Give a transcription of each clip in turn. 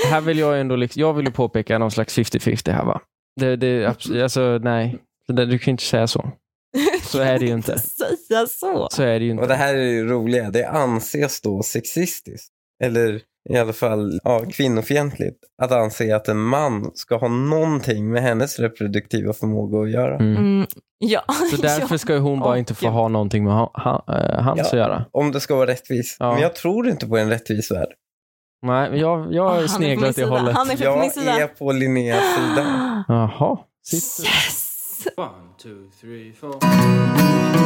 här vill jag ändå liksom, jag vill ju påpeka någon slags 50-50 här, va? Alltså nej, du kan inte säga så. Så är det ju inte. Säga så. Så är det ju inte. Och det här är ju roliga. Det anses då sexistiskt. Eller i alla fall kvinnofientligt. Att anse att en man ska ha någonting med hennes reproduktiva förmåga att göra. Ja. Så därför ska ju hon bara inte få ha någonting med hans att göra. Om det ska vara rättvis. Ja. Men jag tror inte på en rättvis värld. Nej, men jag sneglar åt det hållet. Han är på min sida. Jag är på Linneas sida. Jaha. Yes! 1, 2, 3, 4.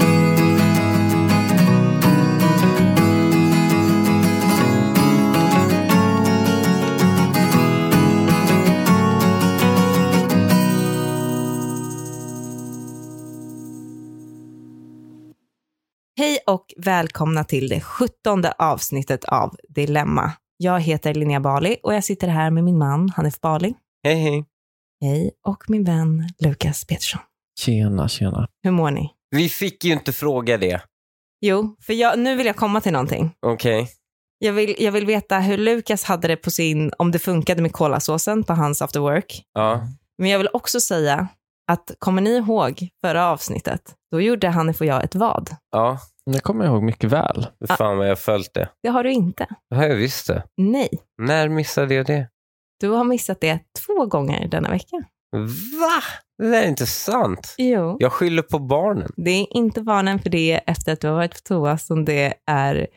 Hej och välkomna till det 17:e avsnittet av Dilemma. Jag heter Linnea Bali och jag sitter här med min man Hanif Bali. Hej, hej. Hej, och min vän Lukas Petersson. Tjena. Hur mår ni? Vi fick ju inte fråga det. Jo, för nu vill jag komma till någonting. Okej. Jag vill veta hur Lukas hade det på om det funkade med kolasåsen på hans after work. Ja. Men jag vill också säga att, kommer ni ihåg förra avsnittet? Då gjorde Hanif och jag ett vad. Ja. Det kommer jag ihåg mycket väl. Fan vad jag har följt det. Det har du inte. Det har jag visst det. Nej, När missade jag det? du har missat det 2 gånger denna vecka. Va? Det där är inte sant. Jo. Jag skyller på barnen. Det är inte barnen, för det är efter att du har varit på toa som det är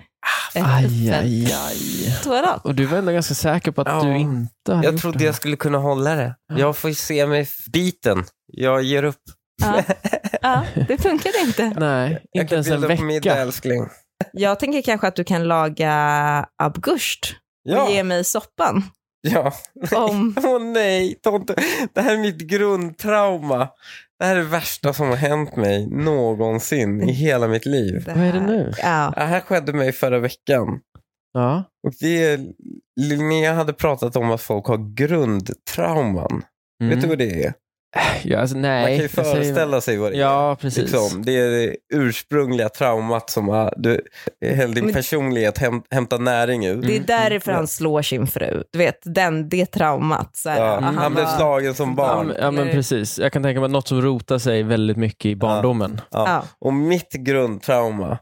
Aj. toadag. Och du var ändå ganska säker på att Ja. du inte har Jag gjort trodde det. jag skulle kunna hålla det. Jag får ju se mig biten. Jag ger upp. Ja, det funkade inte. Nej, Jag inte kan ens en bjuda på middag, vecka. älskling. Jag tänker kanske att du kan laga abgust och ge mig soppan. Ja. Om... Åh nej, Tonte. Det här är mitt grundtrauma. Det här är det värsta som har hänt mig någonsin i hela mitt liv. Vad är det nu? Ja. Det här skedde mig förra veckan. Ja. Och Linnea hade pratat om att folk har grundtrauman. Vet du vad det är? Ja, alltså, nej. Man kan ju jag säger- föreställa sig vad det är. Ja, precis. Liksom, det är det ursprungliga traumat som hela din personlighet hämtar näring ur. Det är därför han slår sin fru. Du vet, det traumat. Så här, Ja, han blev slagen som barn. Ja, men precis. Jag kan tänka mig att något som rotar sig väldigt mycket i barndomen. Ja. Ja. Och mitt grundtrauma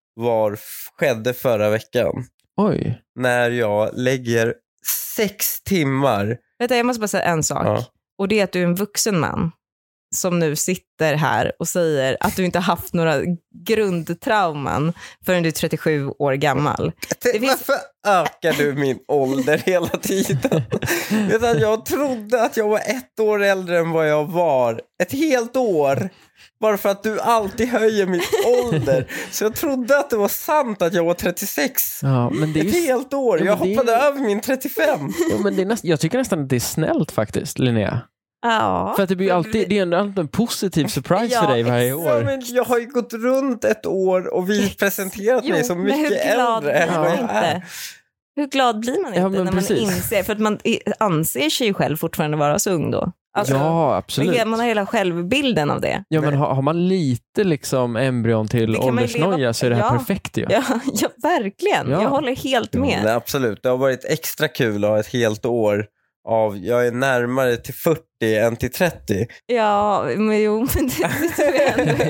skedde förra veckan. Oj. När jag lägger 6 timmar. Vänta, jag måste bara säga en sak. Ja. Och det är att du är en vuxen man som nu sitter här och säger att du inte har haft några grundtrauman förrän du är 37 år gammal. Varför ökar du min ålder hela tiden? Vet du, jag trodde att jag var 1 år äldre än vad jag var. Ett helt år. Bara för att du alltid höjer min ålder. Så jag trodde att det var sant att jag var 36. Ja, men det är Ett ju... helt år. Ja, Jag men det är hoppade ju- över min 35. Ja, men det är jag tycker nästan att det är snällt faktiskt, Linnea. Ja. För att det blir alltid, det är ändå alltid en positiv surprise Ja, för dig varje Ja, år. men jag har ju gått runt ett år och presenterat mig som men hur mycket glad äldre blir än vad man jag inte? är. Hur glad blir man inte Ja, men när precis. man inser, för att man anser sig ju själv fortfarande vara så ung då. Alltså, Ja, absolut. man har hela självbilden av det. Ja, men har man lite liksom embryon till Det kan man ju åldersnoja leva- så är det här Ja. perfekt ju. Ja, verkligen. Ja. Jag håller helt med. Nej, absolut. Det har varit extra kul att ha ett helt år av, jag är närmare till 40 än till 30. Ja, men jo, men det tror jag ändå.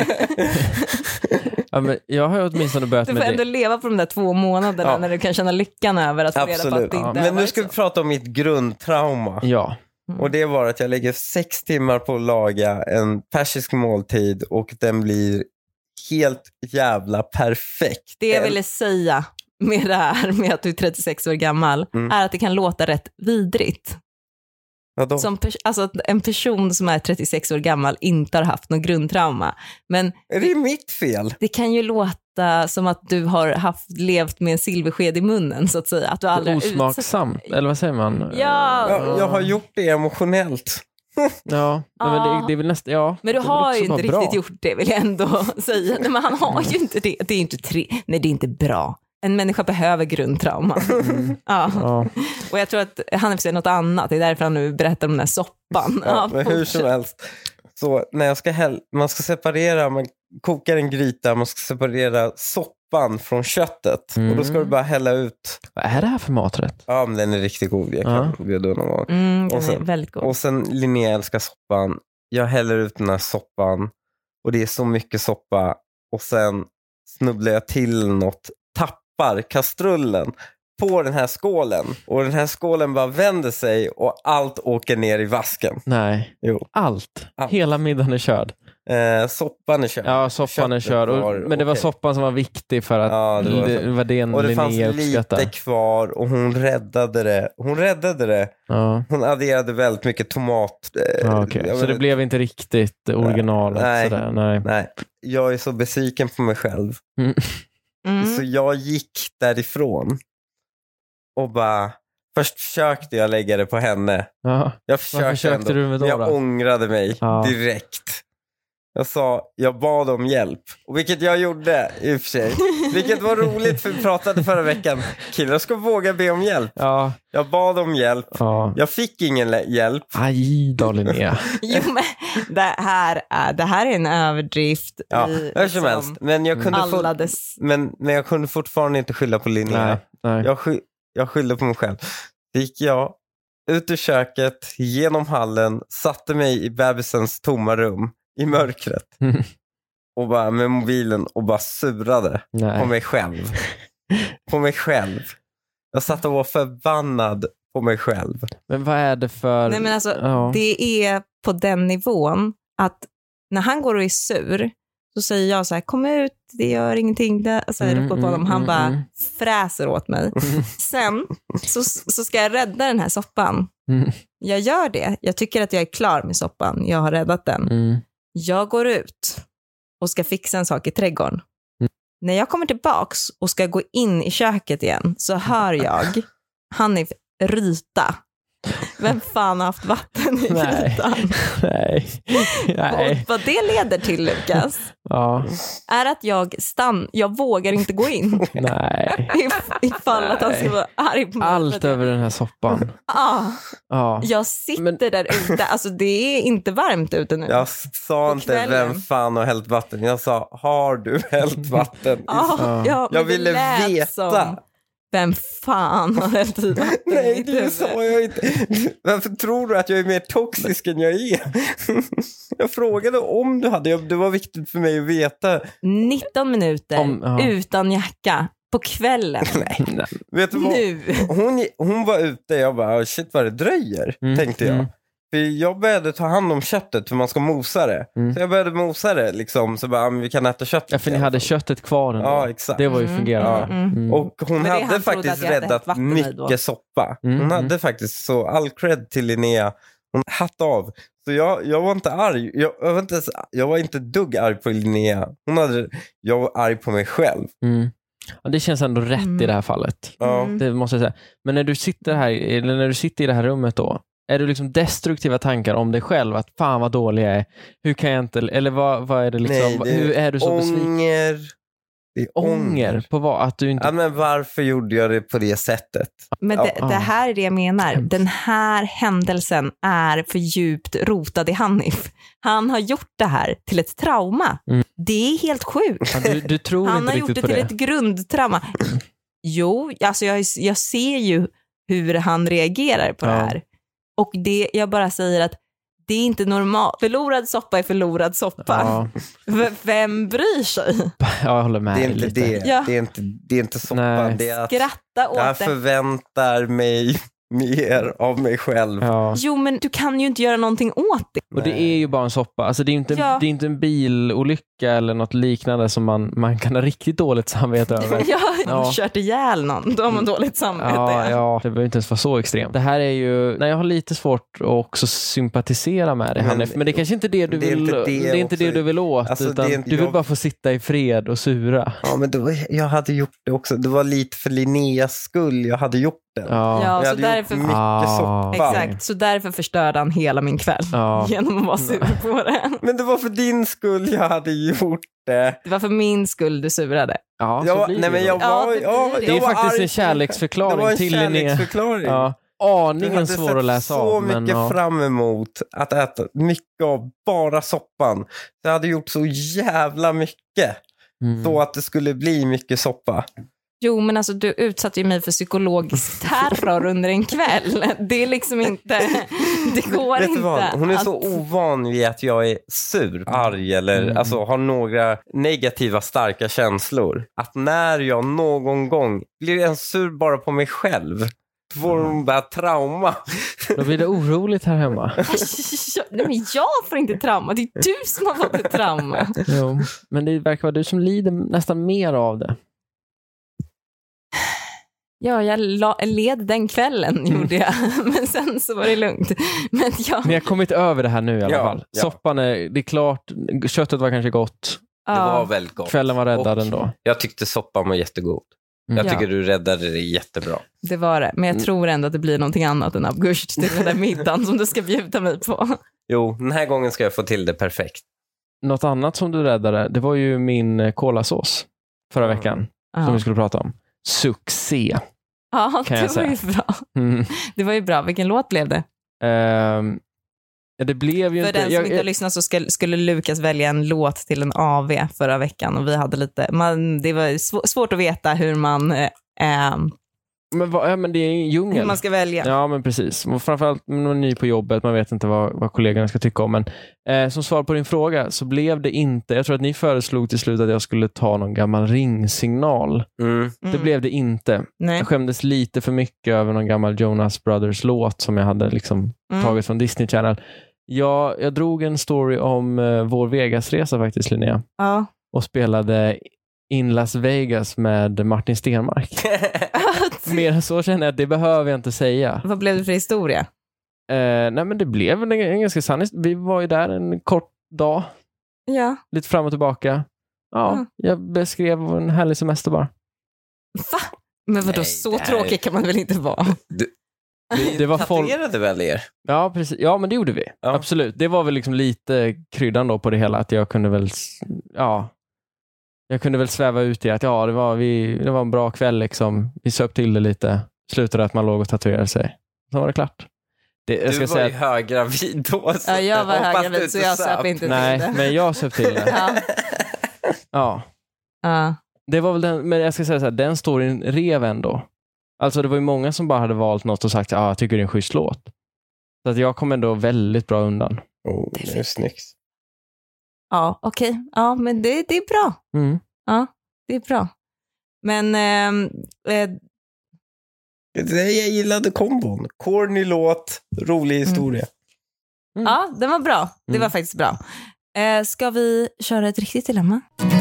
Ja, men jag har ju åtminstone börjat Du får med ändå det. leva på de där 2 månaderna Ja. när du kan känna lyckan över att få reda på att Absolut. det inte har Men nu varit ska vi så. prata om mitt grundtrauma. Ja. Och det var att jag lägger 6 timmar på att laga en persisk måltid och den blir helt jävla perfekt. Det jag ville säga med det här med att du är 36 år gammal är att det kan låta rätt vidrigt. Vadå? Alltså att en person som är 36 år gammal inte har haft någon grundtrauma. Men Är det mitt fel? det kan ju låta som att du har levt med en silversked i munnen, så att säga. Att du aldrig har Osmaksamt, eller vad säger man? Ja, Jag har gjort det emotionellt. Ja, men det är väl nästan, ja. men du det är väl har också ju inte bara bra. riktigt gjort det, vill jag ändå säga. Nej, men han har ju inte det. Det är inte nej, det är inte bra. En människa behöver grundtrauma. Ja. Ja. Och jag tror att han är för sig något annat. Det är därför han nu berättar om den här soppan. Ja, men hur som helst. Så när jag ska man ska separera, man kokar en gryta, man ska separera soppa soppan från köttet. Och då ska du bara hälla ut. Vad är det här för maträtt? Ja, men den är riktigt god. Jag kan bjuda någon gång. Den Och sen- är väldigt god. Och sen Linnea älskar soppan. Jag häller ut den här soppan. Och det är så mycket soppa. Och sen snubblar jag till något. Tappar kastrullen på den här skålen. Och den här skålen bara vänder sig. Och allt åker ner i vasken. Nej. Jo. Allt. Allt. Hela middagen är körd. Soppan är körd. Ja, soppan är Köttet körd. Men det var okej. soppan som var viktig för att Ja, det var det Och det fanns Linnea uppskattade. lite kvar. Och hon räddade det. Ja. Hon adderade väldigt mycket tomat. Okej. jag Så vet det inte. blev inte riktigt originalet. Nej. Sådär. Nej. Nej, jag är så besviken på mig själv. Mm. Så jag gick därifrån. Och bara... Först försökte jag lägga det på henne. Ja. Jag försökte försökte ändå, du med då men jag då? ångrade mig Ja. direkt. Jag bad om hjälp. Och vilket jag gjorde i och för sig. Vilket var roligt för vi pratade förra veckan. Killar ska våga be om hjälp. Ja. Jag bad om hjälp. Ja. Jag fick ingen hjälp. Aj då, Linnea. Jo, men det här är en överdrift Ja, i hur som helst. Men jag kunde, alla dess... men jag kunde fortfarande inte skylla på Linnea. Nej. Jag skyllde på mig själv. Så gick jag ut ur köket, genom hallen, satte mig i bebisens tomma rum i mörkret. Och bara med mobilen och bara surade på Nej. mig själv. På mig själv. Jag satt och var förbannad på mig själv. Men vad är det för... Nej, men alltså, Ja. det är på den nivån att när han går och är sur så säger jag så här, kom ut, det gör ingenting. Det, så här, på honom. Han bara fräser åt mig. Sen så ska jag rädda den här soppan. Mm. Jag gör det. Jag tycker att jag är klar med soppan. Jag har räddat den. Mm. Jag går ut och ska fixa en sak i trädgården. När jag kommer tillbaks och ska gå in i köket igen så hör jag Hanif ryta. Vem fan har haft vatten i Nej. grytan? Nej. Nej. Och vad det leder till, Lukas, Ja. är att jag vågar inte gå in. Nej. Ifall att han ska vara arg på mig. Allt över den här soppan. Ja, Ja. jag sitter Men- där ute. Alltså det är inte varmt ute nu. Jag sa inte kvällen. vem fan har hällt vatten. Jag sa, har du hällt vatten? Ja, men Jag ville det lät veta. som, vem fan har hällt i vatten i Nej, mitt det huvud? sa jag inte. Varför tror du att jag är mer toxisk än jag är? Jag frågade om du hade. Det var viktigt för mig att veta. 19 minuter utan jacka på kvällen. Nej. Vet du vad? Nu. Hon var ute. Jag bara, shit vad det dröjer, tänkte jag. För jag började ta hand om köttet för man ska mosa det. Så jag började mosa det liksom. Så bara, men vi kan äta köttet. Ja, för ni hade köttet kvar ändå. Ja, exakt. Det var ju fungerande. Och hon Men det hade han trodde faktiskt att jag hade räddat hett vatten i då. mycket soppa. Hon hade faktiskt, så all cred till Linnea. Hon hatt av. Så jag var inte arg. Jag var inte dugg arg på Linnea. Jag var arg på mig själv. Ja, det känns ändå rätt i det här fallet. Ja. Det måste jag säga. Men när du sitter här, eller när du sitter i det här rummet då, är du liksom destruktiva tankar om dig själv? Att fan vad dålig jag är. Hur kan jag inte, eller vad är det liksom? Nej, hur är du så besviken? ånger. Det är Ånger på vad? Att du inte... Ja, men varför gjorde jag det på det sättet? Men det här är det jag menar. Den här händelsen är för djupt rotad i Hanif. Han har gjort det här till ett trauma. Det är helt sjukt. Ja, du tror Han inte har gjort riktigt det på till det. ett grundtrauma. Jo, alltså jag ser ju hur han reagerar på det här. Och jag bara säger att det är inte normalt. Förlorad soppa är förlorad soppa. Ja. Vem bryr sig? Ja, jag håller med Det är dig inte lite. det. Ja. Det är inte soppan. Nej. Det är att Skratta åt jag det. förväntar mig mer av mig själv. Ja. Jo, men du kan ju inte göra någonting åt det. Och det är ju bara en soppa. Alltså det är inte, det är inte en bilolycka eller något liknande som man kan ha riktigt dåligt samvete över. Jag har kört ihjäl någon. Då har man dåligt samvete. Ja, det behöver inte ens vara så extremt. Det här är ju, jag har lite svårt att också sympatisera med det, Hanif. Men det är kanske inte det du det är vill. inte det Det är inte också. det du vill åt, Alltså, utan det är inte- du vill jag- bara få sitta i fred och sura. Ja, men jag hade gjort det också. Det var lite för Linneas skull jag hade gjort det. Ja. Ja, Jag så hade gjort därför... mycket soppa. Exakt, så därför förstörde han hela min kväll. Ja. Genom att vara sur på det. Men det var för din skull jag hade gjort det. Det var för min skull du surade. Ja, så Jag, blir nej, det men då. jag Ja, var, det blir ja, det. Det är jag var faktiskt arg en på- kärleksförklaring Det var en till Linnea. kärleksförklaring. Ja. Jag Aningen hade svår sett att läsa så av. Men, mycket ja. fram emot att äta mycket av bara soppan. Jag hade gjort så jävla mycket. så att det skulle bli mycket soppa. Jo, men alltså du utsatte ju mig för psykologisk terror under en kväll. Det är liksom inte, det går Vet inte. du vad? Hon är så ovan vid att jag är sur, arg eller alltså har några negativa starka känslor. Att när jag någon gång blir en sur bara på mig själv, får hon bara trauma. Då blir det oroligt här hemma. Nej, men jag får inte trauma. Det är du som har fått ett trauma. Jo, men det verkar vara du som lider nästan mer av det. Ja, jag led den kvällen gjorde jag. Men sen så var det lugnt. Men Ni har kommit över det här nu i alla fall. Ja. Soppan det är klart, köttet var kanske gott. Det var väldigt gott. Kvällen var räddad ändå. Jag tyckte soppan var jättegod. Jag tycker du räddade det jättebra. Det var det. Men jag tror ändå att det blir någonting annat än August till den där middagen som du ska bjuda mig på. Jo, den här gången ska jag få till det perfekt. Något annat som du räddade, det var ju min kolasås förra veckan som vi skulle prata om. Succé. Ja, kan det jag var ju säga. bra. Det var ju bra. Vilken låt blev det? Det blev ju För inte... den som inte har lyssnat så skulle Lukas välja en låt till en AV förra veckan och vi hade lite... det var svårt att veta hur man... men det är en djungel. hur man ska välja. Ja, men precis. Och framförallt när man är ny på jobbet, man vet inte vad kollegorna ska tycka om. Men som svar på din fråga så blev det inte... Jag tror att ni föreslog till slut att jag skulle ta någon gammal ringsignal. Det blev det inte. Nej. Jag skämdes lite för mycket över någon gammal Jonas Brothers-låt som jag hade liksom tagit från Disney Channel. Jag drog en story om vår Vegas-resa faktiskt, Linnea. Ja. Och spelade In Las Vegas med Martin Stenmark. Mer än så känner jag att det behöver jag inte säga. Vad blev det för historia? Nej, men det blev en ganska sann. Vi var ju där en kort dag. Ja. Lite fram och tillbaka. Ja, jag beskrev en härlig semester bara. Va? Men vadå, Nej, så tråkig kan man väl inte vara? Det var tatuerade väl er? Ja, precis. Ja, men det gjorde vi. Ja. Absolut. Det var väl liksom lite kryddan då på det hela. Att jag kunde väl... Ja... Jag kunde väl sväva ut i att det var en bra kväll liksom. Vi söp till det lite. Slutade att man låg och tatuerade sig. Så var det klart. Jag ska du var ju höggravid då. Ja, jag var höggravid så jag söp inte till Nej, det. men jag söp till det. Ja. Det var väl den, men jag ska säga så här, den storyn rev ändå. Alltså det var ju många som bara hade valt något och sagt jag tycker det är en schysst låt. Så att jag kom ändå väldigt bra undan. Det är snyggt. Ja, okej. Ja, men det är bra. Ja, det är bra. Men jag gillade kombon. Corny låt, rolig historia. ja, den var bra. Det var faktiskt bra. Ska vi köra ett riktigt dilemma?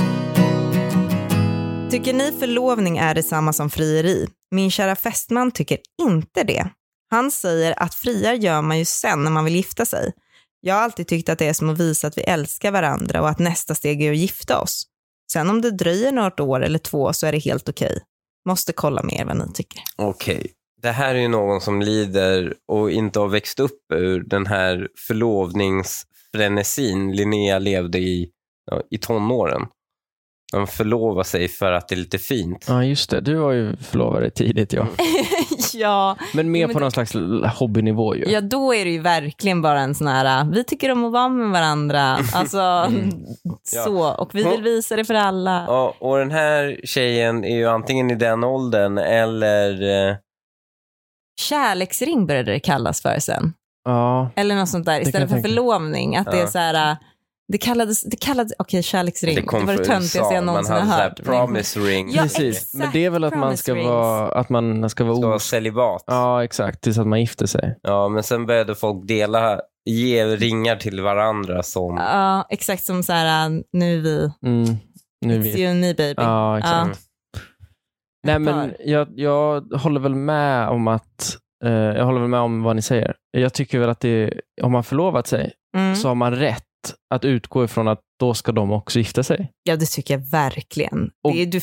Tycker ni förlovning är detsamma som frieri? Min kära fästman tycker inte det. Han säger att friar gör man ju sen när man vill gifta sig. Jag har alltid tyckt att det är som att visa att vi älskar varandra och att nästa steg är att gifta oss. Sen om det dröjer något år eller 2 så är det helt okej. Måste kolla mer vad ni tycker. Okej. Det här är ju någon som lider och inte har växt upp ur den här förlovningsfrenesin Linnea levde i tonåren. De förlovar sig för att det är lite fint. Ja, just det. Du var ju förlovare tidigt, ja. Ja. Men mer på någon slags hobbynivå ju. Ja, då är det ju verkligen bara en sån här, vi tycker om att vara med varandra. Alltså, så. Och vi vill visa det för alla. Ja, och den här tjejen är ju antingen i den åldern eller... Kärleksring började det kallas för sen. Ja. Eller något sånt där, istället för förlovning. Att det är så här... Det kallades okej, kärleksring. Det var det töntigaste jag någonsin har hört. Promise ring. Ja, precis. exakt. Men det är väl att man ska vara celibat. Ja, exakt. Tills att man gifter sig. Ja, men sen började folk ge ringar till varandra som... Ja, exakt som så här, nu är vi... Nu It's you and me, baby. Ja, exakt. Nej, men jag håller väl med om att... jag håller väl med om vad ni säger. Jag tycker väl att om man förlovat sig så har man rätt att utgå ifrån att då ska de också gifta sig. Ja, det tycker jag verkligen. Du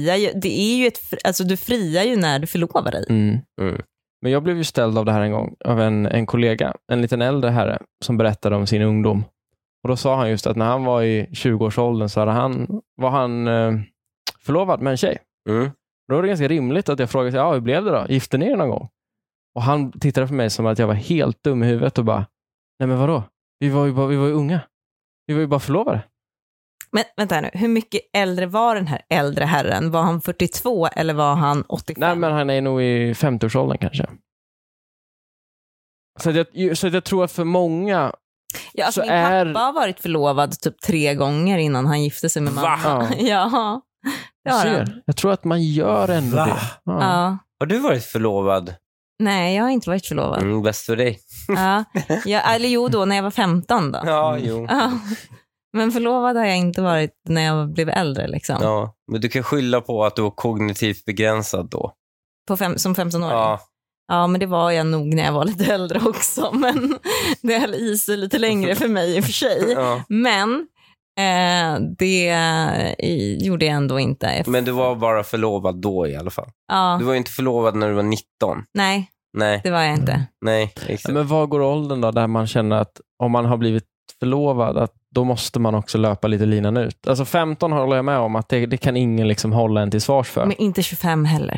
friar ju när du förlovar dig. Men jag blev ju ställd av det här en gång av en kollega, en liten äldre herre som berättade om sin ungdom. Och då sa han just att när han var i 20-årsåldern så var han förlovad med en tjej. Då var det ganska rimligt att jag frågade hur blev det då? Gifte ni er någon gång? Och han tittade på mig som att jag var helt dum i huvudet och bara, nej men vadå? Vi var ju unga. Vi var ju bara förlovade. Men vänta nu, hur mycket äldre var den här äldre herren? Var han 42 eller var han 85? Nej, men han är nog i 50-årsåldern kanske. Så att jag tror att för många Ja, alltså så min pappa har varit förlovad typ 3 gånger innan han gifte sig med mamma. Va? Ja, det har han. Jag tror att man gör ändå Va? det. Ja. Ja. Har du varit förlovad? Nej, jag har inte varit förlovad. Bäst för dig. Ja, eller jo då, när jag var 15 då. Ja, jo. Ja. Men förlovad har jag inte varit när jag blev äldre liksom. Ja, men du kan skylla på att du var kognitivt begränsad då. Som 15-åring. Ja. Ja, men det var jag nog när jag var lite äldre också. Men det höll i sig lite längre för mig i och för sig. Ja. Men det gjorde jag ändå inte. Men du var bara förlovad då i alla fall. Ja, Du var inte förlovad när du var 19. nej, Nej, det var jag inte. nej, exakt. Men vad går åldern då där man känner att om man har blivit förlovad att då måste man också löpa lite linan ut? Alltså 15 håller jag med om att det kan ingen liksom hålla en till svars för. Men inte 25 heller.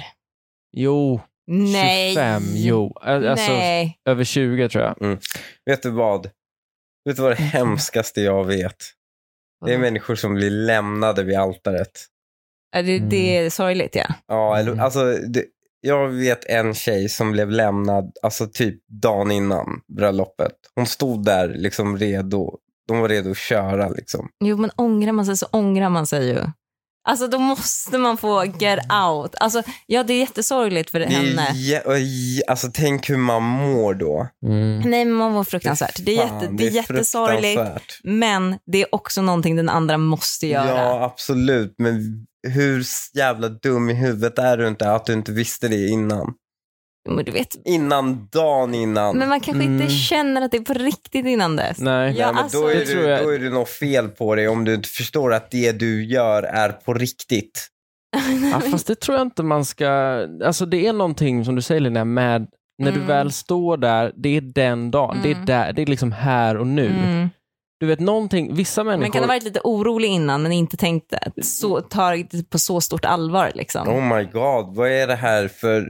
Jo, Nej. 25, jo. Alltså Nej. över 20 tror jag. Vet du vad? Vet du vad det hemskaste jag vet? Det är människor som blir lämnade vid altaret. Ja, det är sorgligt, ja. Ja, eller, alltså, jag vet en tjej som blev lämnad alltså typ dagen innan bröllopet. Hon stod där liksom redo. De var redo att köra liksom. Jo, men ångrar man sig så ångrar man sig ju. Alltså då måste man få get out. Alltså, ja, det är jättesorgligt för henne. Alltså tänk hur man mår då. Nej, men man mår fruktansvärt. Det är jättesorgligt. Men det är också någonting den andra måste göra. Ja, absolut. Men hur jävla dum i huvudet är du inte att du inte visste det innan? Men du vet. Dagen innan. Men man kanske inte känner att det är på riktigt innan dess. Nej. Ja, Nej, men alltså, då är det något fel på dig om du inte förstår att det du gör är på riktigt. Ja, fast det tror jag inte man ska... Alltså det är någonting som du säger, Linnea, med när du väl står där, det är den dagen. Det är där, det är liksom här och nu. Du vet någonting, vissa människor... Man kan ha varit lite orolig innan men inte tänkt tar det på så stort allvar liksom. Oh my god, vad är det här för...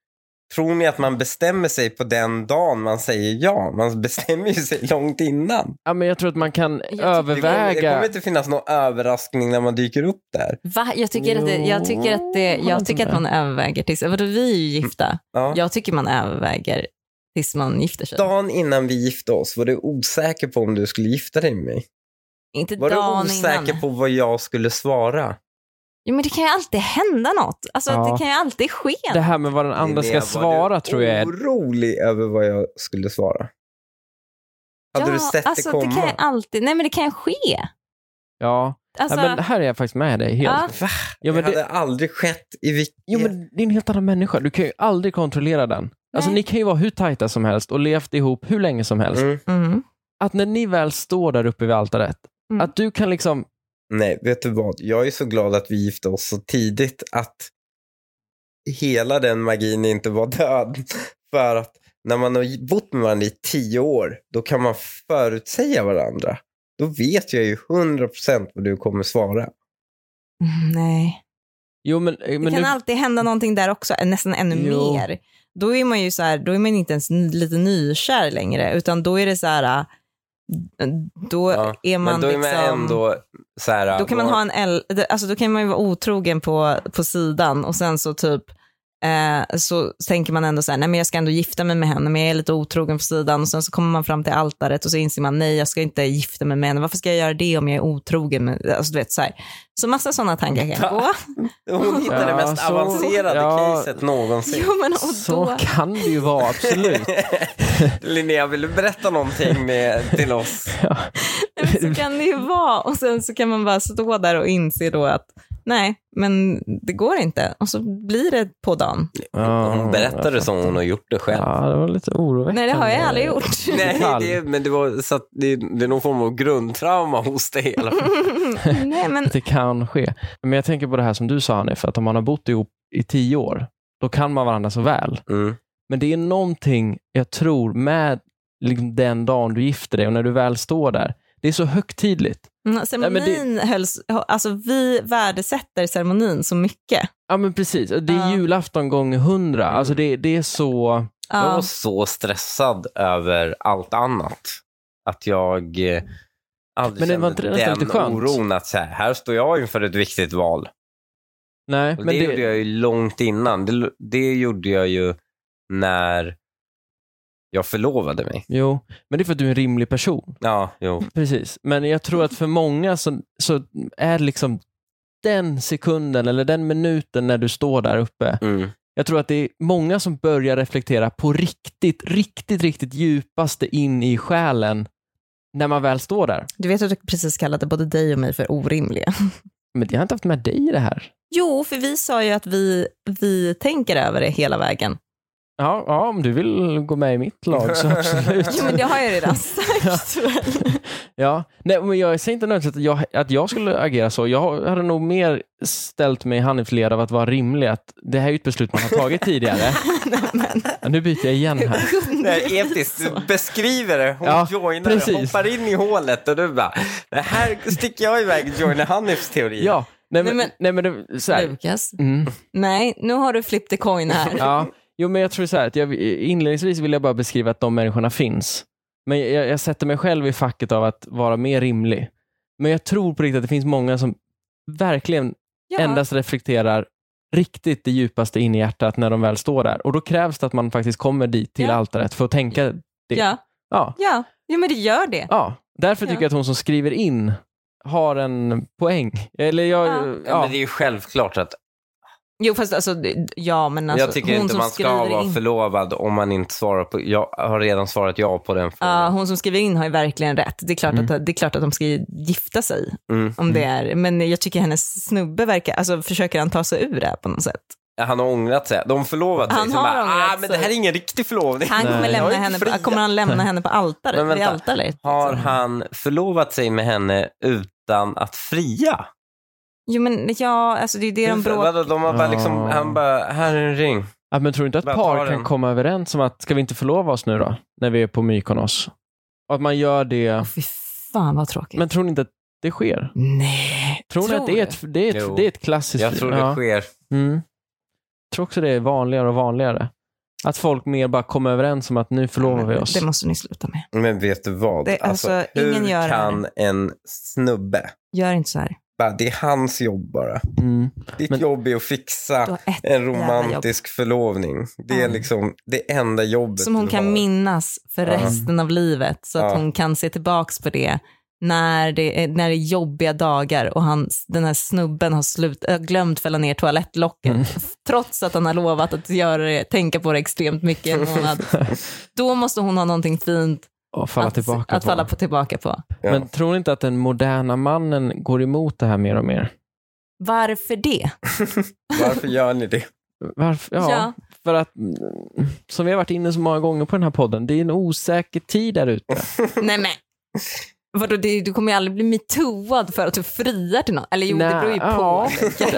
Tror ni att man bestämmer sig på den dagen man säger ja? Man bestämmer ju sig långt innan. Ja, men jag tror att man kan överväga... Det kommer inte finnas någon överraskning när man dyker upp där. Va? Jag tycker att man överväger tills... Vadå, vi är ju gifta. Ja. Jag tycker man överväger tills man gifter sig. Dagen innan vi gifte oss, var du osäker på om du skulle gifta dig med mig? Inte var dagen du osäker innan. på vad jag skulle svara? Jo, men det kan ju alltid hända något. Alltså, det kan ju alltid ske. Det här med vad den andra ska svara tror jag är... orolig över vad jag skulle svara? Hade du sett det komma? Det kan ju alltid... Nej, men det kan ju ske. Ja. Alltså... Ja, men här är jag faktiskt med dig helt. Ja. Va? Ja, men det hade aldrig skett i vilket... Jo, men det är en helt annan människa. Du kan ju aldrig kontrollera den. Alltså ni kan ju vara hur tajta som helst och levt ihop hur länge som helst. Att när ni väl står där uppe vid altaret, att du kan liksom... Nej, vet du vad? Jag är så glad att vi gifte oss så tidigt att hela den magin inte var död. För att när man har bott med varandra i 10 år, då kan man förutsäga varandra. Då vet jag ju 100% vad du kommer svara. Nej. Jo, men det kan alltid hända någonting där också, nästan ännu mer. Då är man ju så här, då är man inte ens lite nykär längre, utan då är det så här... Då är man, men då är man liksom, ändå så här, då kan man ha alltså då kan man ju vara otrogen på sidan och sen så typ så tänker man ändå så här, nej men jag ska ändå gifta mig med henne, men jag är lite otrogen på sidan, och sen så kommer man fram till altaret och så inser man, nej jag ska inte gifta mig med henne, varför ska jag göra det om jag är otrogen med, alltså du vet så här. Så massa sådana tankar kan gå. Hon hittade det mest avancerade caset någonsin. Jo, men, och så då... kan det ju vara, absolut. Linnea, vill du berätta någonting till oss? Ja. Så kan det ju vara, och sen så kan man bara stå där och inse då att nej, men det går inte. Och så blir det på dagen. Hon berättade som hon har gjort det själv. Ja, det var lite oroväckande. Nej, det har jag aldrig gjort. Nej, men det var så att det är någon form av grundtrauma hos det hela. Nej, men... Det kan ske. Men jag tänker på det här som du sa, Hanif, att om man har bott ihop i 10 år, då kan man varandra så väl. Men det är någonting jag tror med liksom den dagen du gifter dig och när du väl står där. Det är så högtidligt. Ceremonin hölls, alltså vi värdesätter ceremonin så mycket. Ja, men precis. Det är julafton gånger 100. Alltså det är så... Jag var så stressad över allt annat. Att jag aldrig Men det var inte kände nästan den lite skönt? oron att så här står jag inför ett viktigt val. Nej, Och men det gjorde jag ju långt innan. Det gjorde jag ju när jag förlovade mig. Jo, men det är för att du är en rimlig person. Ja, jo. Precis. Men jag tror att för många så är det liksom den sekunden eller den minuten när du står där uppe. Mm. Jag tror att det är många som börjar reflektera på riktigt djupaste in i själen när man väl står där. Du vet att du precis kallade både dig och mig för orimliga. Men jag har inte haft med dig i det här. Jo, för vi sa ju att vi tänker över det hela vägen. Ja, om du vill gå med i mitt lag så absolut. Jo, men det har jag redan sagt. Ja, nej, men jag säger inte nödvändigtvis att jag skulle agera så. Jag hade nog mer ställt mig i Hanifs led av att vara rimlig. Att det här är ju ett beslut man har tagit tidigare. Ja, nu byter jag igen här. Det är episkt. Du beskriver det. Hon joinar det, hoppar in i hålet och du bara, det här sticker jag iväg och joinar Hanifs teori. Ja, nej men det, så här. Lukas, nej, nu har du flip the coin här. Ja, jo, men jag tror så här att inledningsvis vill jag bara beskriva att de människorna finns. Men jag sätter mig själv i facket av att vara mer rimlig. Men jag tror på riktigt att det finns många som verkligen endast reflekterar riktigt det djupaste in i hjärtat när de väl står där. Och då krävs det att man faktiskt kommer dit till altaret för att tänka det. Ja, men det gör det. Ja, därför tycker jag att hon som skriver in har en poäng. Eller men det är ju självklart att jo, fast alltså, men alltså, jag tycker inte man ska vara förlovad om man inte svarar på. Jag har redan svarat ja på den frågan. Ja, hon som skriver in har ju verkligen rätt. Det är klart att de ska gifta sig om det är. Men jag tycker hennes snubbe försöker han ta sig ur det på något sätt. Han har ångrat sig. De förlovat sig. Han har ångrat sig. Men det här är ingen riktig förlovning. Han kommer han lämna henne på altaret? Men vänta, har han förlovat sig med henne utan att fria? Jo, men alltså det är det de bråkar. De har bara liksom, han bara, här är en ring. Ja, men tror du inte att par kan komma överens om att ska vi inte förlova oss nu då? När vi är på Mykonos. Och att man gör det. Fy fan vad tråkigt. Men tror ni inte att det sker? Nej. Tror ni att det är ett klassiskt... Jag tror det sker. Jag tror också det är vanligare och vanligare. Att folk mer bara kommer överens om att nu förlovar vi oss. Det måste ni sluta med. Men vet du vad? Hur kan en snubbe... Gör inte så här. Det är hans jobb bara. Ditt jobb är att fixa en romantisk förlovning. Det är liksom det enda jobbet som hon kan minnas för resten av livet. Så att hon kan se tillbaks på det när det är jobbiga dagar och den här snubben har glömt fälla ner toalettlocket trots att han har lovat att tänka på det extremt mycket en månad. Då måste hon ha någonting fint att falla tillbaka på. Ja. Men tror ni inte att den moderna mannen går emot det här mer och mer? Varför det? Varför gör ni det? För att som vi har varit inne så många gånger på den här podden, det är en osäker tid där ute. Nej men vadå, du kommer ju aldrig bli metooad för att du friar till någon. Eller jo, det beror ju på.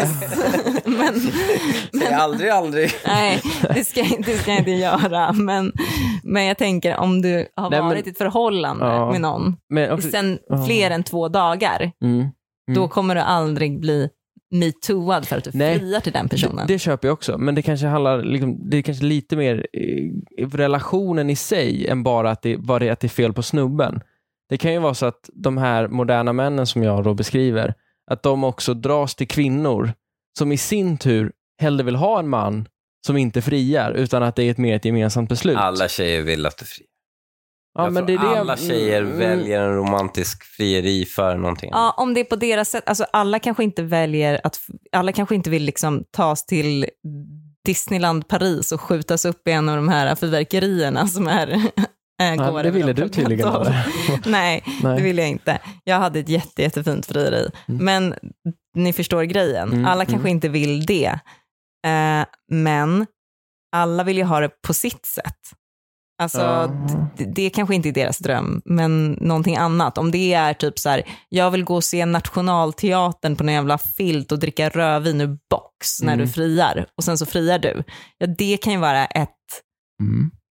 Men aldrig. Nej, det ska jag inte göra. Men jag tänker, om du har varit i ett förhållande med någon sen fler än 2 dagar, då kommer du aldrig bli metooad för att du friar till den personen. Det köper jag också. Men det kanske handlar det är kanske lite mer relationen i sig än bara att det är fel på snubben. Det kan ju vara så att de här moderna männen som jag då beskriver, att de också dras till kvinnor som i sin tur hellre vill ha en man som inte friar, utan att det är ett gemensamt beslut. Alla tjejer vill att du friar. Ja, men det är alla tjejer väljer en romantisk frieri för någonting. Ja, om det är på deras sätt. Alltså alla kanske inte vill liksom tas till Disneyland Paris och skjutas upp i en av de här fyrverkerierna som är... det ville du tydligen. Nej, det ville jag inte. Jag hade ett jättefint frieri. Men ni förstår grejen. Alla kanske inte vill det. Men alla vill ju ha det på sitt sätt. Alltså, det kanske inte är deras dröm, men någonting annat. Om det är typ så här, jag vill gå och se Nationalteatern på någon jävla filt och dricka rödvin ur box när du friar. Och sen så friar du. Ja, det kan ju vara ett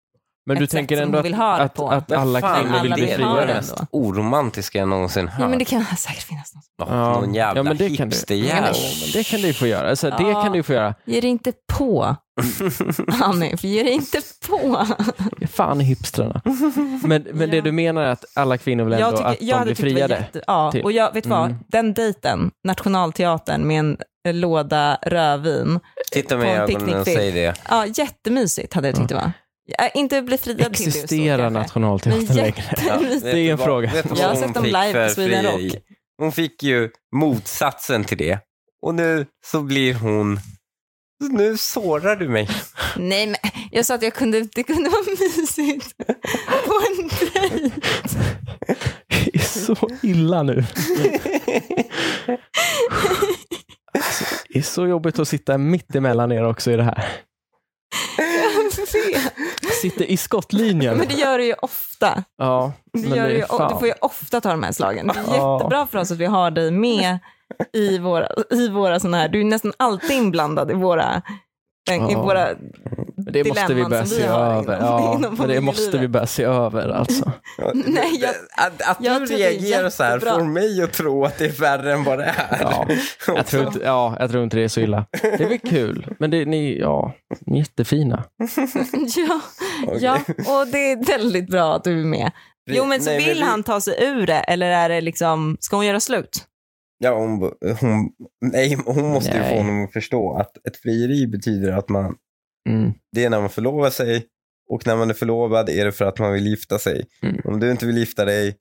Men du ett sätt tänker som ändå hon vill ha det på. att alla kvinnor vill alla bli vill ha friare? det. Det mest oromantiska jag någonsin hört. Ja, men det kan säkert finnas något. Någon jävla men det kan du. hipsterjävel. Men det kan du ju få göra. Alltså, det kan du ju få göra. Ge dig inte på. Hanif, ge dig inte på. Fan i hipstrarna. Men det du menar är att alla kvinnor vill ändå att de blir friade? Ja, till. och jag vet vad, den dejten, Nationalteatern med en låda rödvin. Titta med på en ögonen och säg det. Ja, jättemysigt hade jag tyckt det var. Inte bli friad till det. Existerar Nationalteatern längre? Det är en fråga. Jag har sett dem live på Sweden Rock. Hon fick ju motsatsen till det. Och nu så blir hon... Nu sårar du mig. Nej, men jag sa att det kunde vara mysigt på en dejt. Det är så illa nu. Alltså, det är så jobbigt att sitta mitt emellan er också i det här. Sitter i skottlinjen. Men det gör det ju ofta. Ja, Du får ju ofta ta de här slagen. Det är jättebra för oss att vi har dig med i våra såna här. Du är nästan alltid inblandad i våra det måste vi börja se över. Ja, men det måste vi börja se över alltså. Nej, att du reagerar så här får mig att tro att det är värre än vad det är. Ja, jag tror inte det är så illa. Det är väl kul, men ni är jättefina. Ja, och det är väldigt bra att du är med. Jo, men så vill han ta sig ur det, eller är det liksom, ska hon göra slut? Ja, hon måste ju få honom att förstå att ett frieri betyder att man det är när man förlovar sig, och när man är förlovad är det för att man vill gifta sig. Om du inte vill gifta dig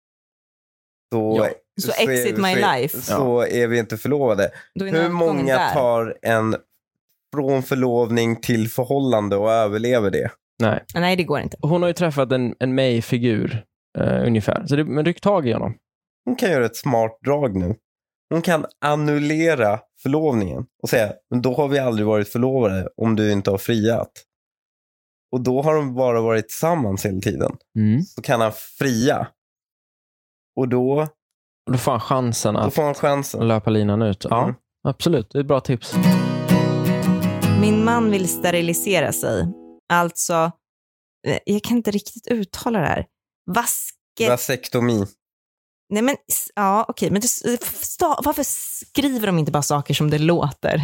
så exit my life. Så är vi inte förlovade. Hur många tar en från förlovning till förhållande och överlever det? Nej, det går inte. Hon har ju träffat en May-figur ungefär. Så men ryck tag i honom. Hon kan göra ett smart drag nu. Hon kan annullera förlovningen och säga, men då har vi aldrig varit förlovade om du inte har friat. Och då har de bara varit tillsammans hela tiden. Så kan han fria. Och då får han chansen att löpa linan ut. Ja. Absolut, det är ett bra tips. Min man vill sterilisera sig. Alltså, jag kan inte riktigt uttala det här. Vasektomi. Nej, men ja, okej, men varför skriver de inte bara saker som det låter?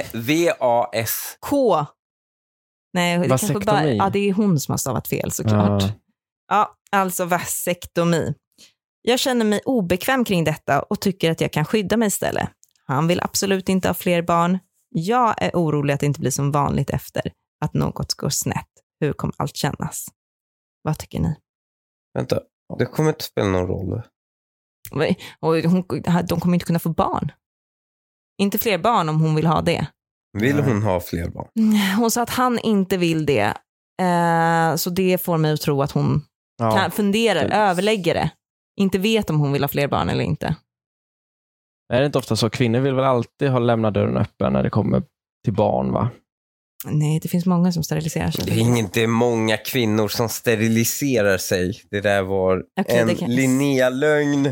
V-A-S. K. Nej, det kanske bara, det är hon som har stavat fel såklart. Ja, alltså vasektomi. Jag känner mig obekväm kring detta och tycker att jag kan skydda mig istället. Han vill absolut inte ha fler barn. Jag är orolig att det inte blir som vanligt efter att något går snett. Hur kommer allt kännas? Vad tycker ni? Vänta, det kommer inte spela någon roll. Och de kommer inte kunna få barn. Inte fler barn om hon vill ha det. Vill hon ha fler barn? Hon sa att han inte vill det. Så det får mig att tro att hon överlägger det. Inte vet om hon vill ha fler barn eller inte. Är det inte ofta så? Kvinnor vill väl alltid ha lämnat dörren öppen när det kommer till barn, va? Nej, det finns många som steriliserar sig. Det är inte många kvinnor som steriliserar sig. Det där var Linnea-lögn.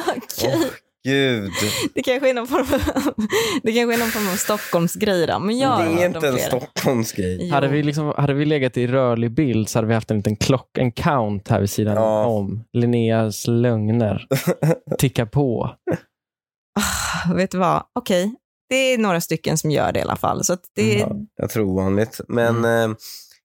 Gud. Det kanske är någon form av Stockholmsgrej då, men det är inte en Stockholmsgrej. Hade vi legat i rörlig bild så hade vi haft en liten en count här vid sidan om. Linneas lögner. Ticka på. Vet du vad? Okej. Det är några stycken som gör det i alla fall. Så att det jag tror ovanligt. Men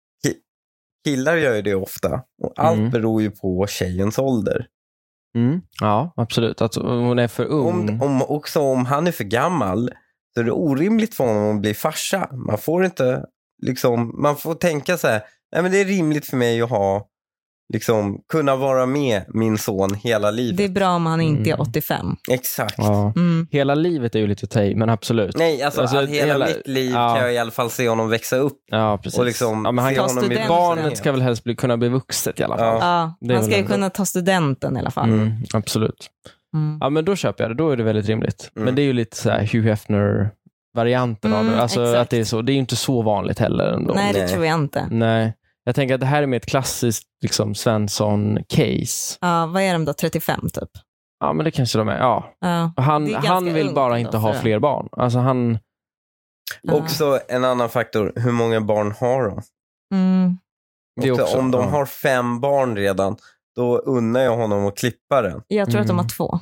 killar gör ju det ofta. Och allt beror ju på tjejens ålder. Ja, absolut. Att hon är för ung. Om han är för gammal så är det orimligt för honom att bli farsa. Man får inte man får tänka så här, nej men det är rimligt för mig att ha kunna vara med min son hela livet. Det är bra om han inte är 85. Exakt. Ja. Hela livet är ju lite tej, men absolut. Nej, alltså hela mitt liv kan jag i alla fall se honom växa upp. Ja, precis. Och men han barnet ska väl helst kunna bli vuxet i alla fall. Ja, han ska ju kunna ta studenten i alla fall. Absolut. Ja, men då köper jag det. Då är det väldigt rimligt. Men det är ju lite så här Hugh Hefner-varianten av det. Alltså att det är så. Det är ju inte så vanligt heller ändå. Nej, det tror jag inte. Nej. Jag tänker att det här är med ett klassiskt Svensson-case. Ja, vad är de då? 35 typ? Ja, men det kanske de är. Ja. Han vill bara inte ha fler barn. Alltså han... Också en annan faktor. Hur många barn har de? Det också, om de ja. har 5 barn redan, då unnar jag honom att klippa den. Jag tror att de har 2.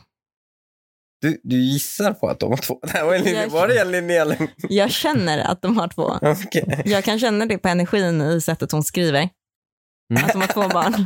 Du gissar på att de har 2. Det Jag- var det Linnea? Jag känner att de har 2. Okej. Jag kan känna det på energin i sättet hon skriver. Att de har 2 barn.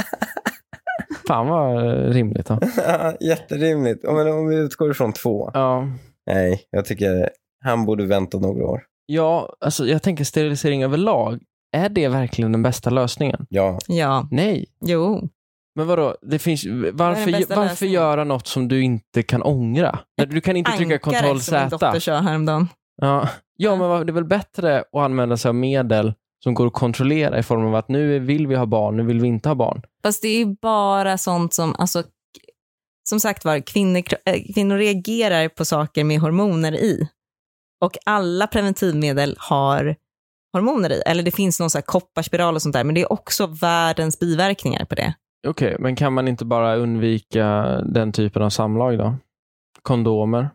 Fan vad rimligt. Då. Ja, jätterimligt. Men om vi utgår från 2. Ja. Nej, jag tycker han borde vänta några år. Ja, alltså jag tänker sterilisering överlag. Är det verkligen den bästa lösningen? Ja. Ja, Nej. jo. Men vadå? Det finns, bästa varför lösningen? göra något som du inte kan ångra? Du kan inte trycka Ankare kontroll som min dotter Z. kör häromdagen. Ja, men det är väl bättre att använda sig av medel som går att kontrollera i form av att nu vill vi ha barn, nu vill vi inte ha barn. Fast det är ju bara sånt som, alltså, som sagt var, kvinnor reagerar på saker med hormoner i. Och alla preventivmedel har hormoner i. Eller det finns någon så här kopparspiral och sånt där, men det är också världens biverkningar på det. Okej, men kan man inte bara undvika den typen av samlag då? Kondomer?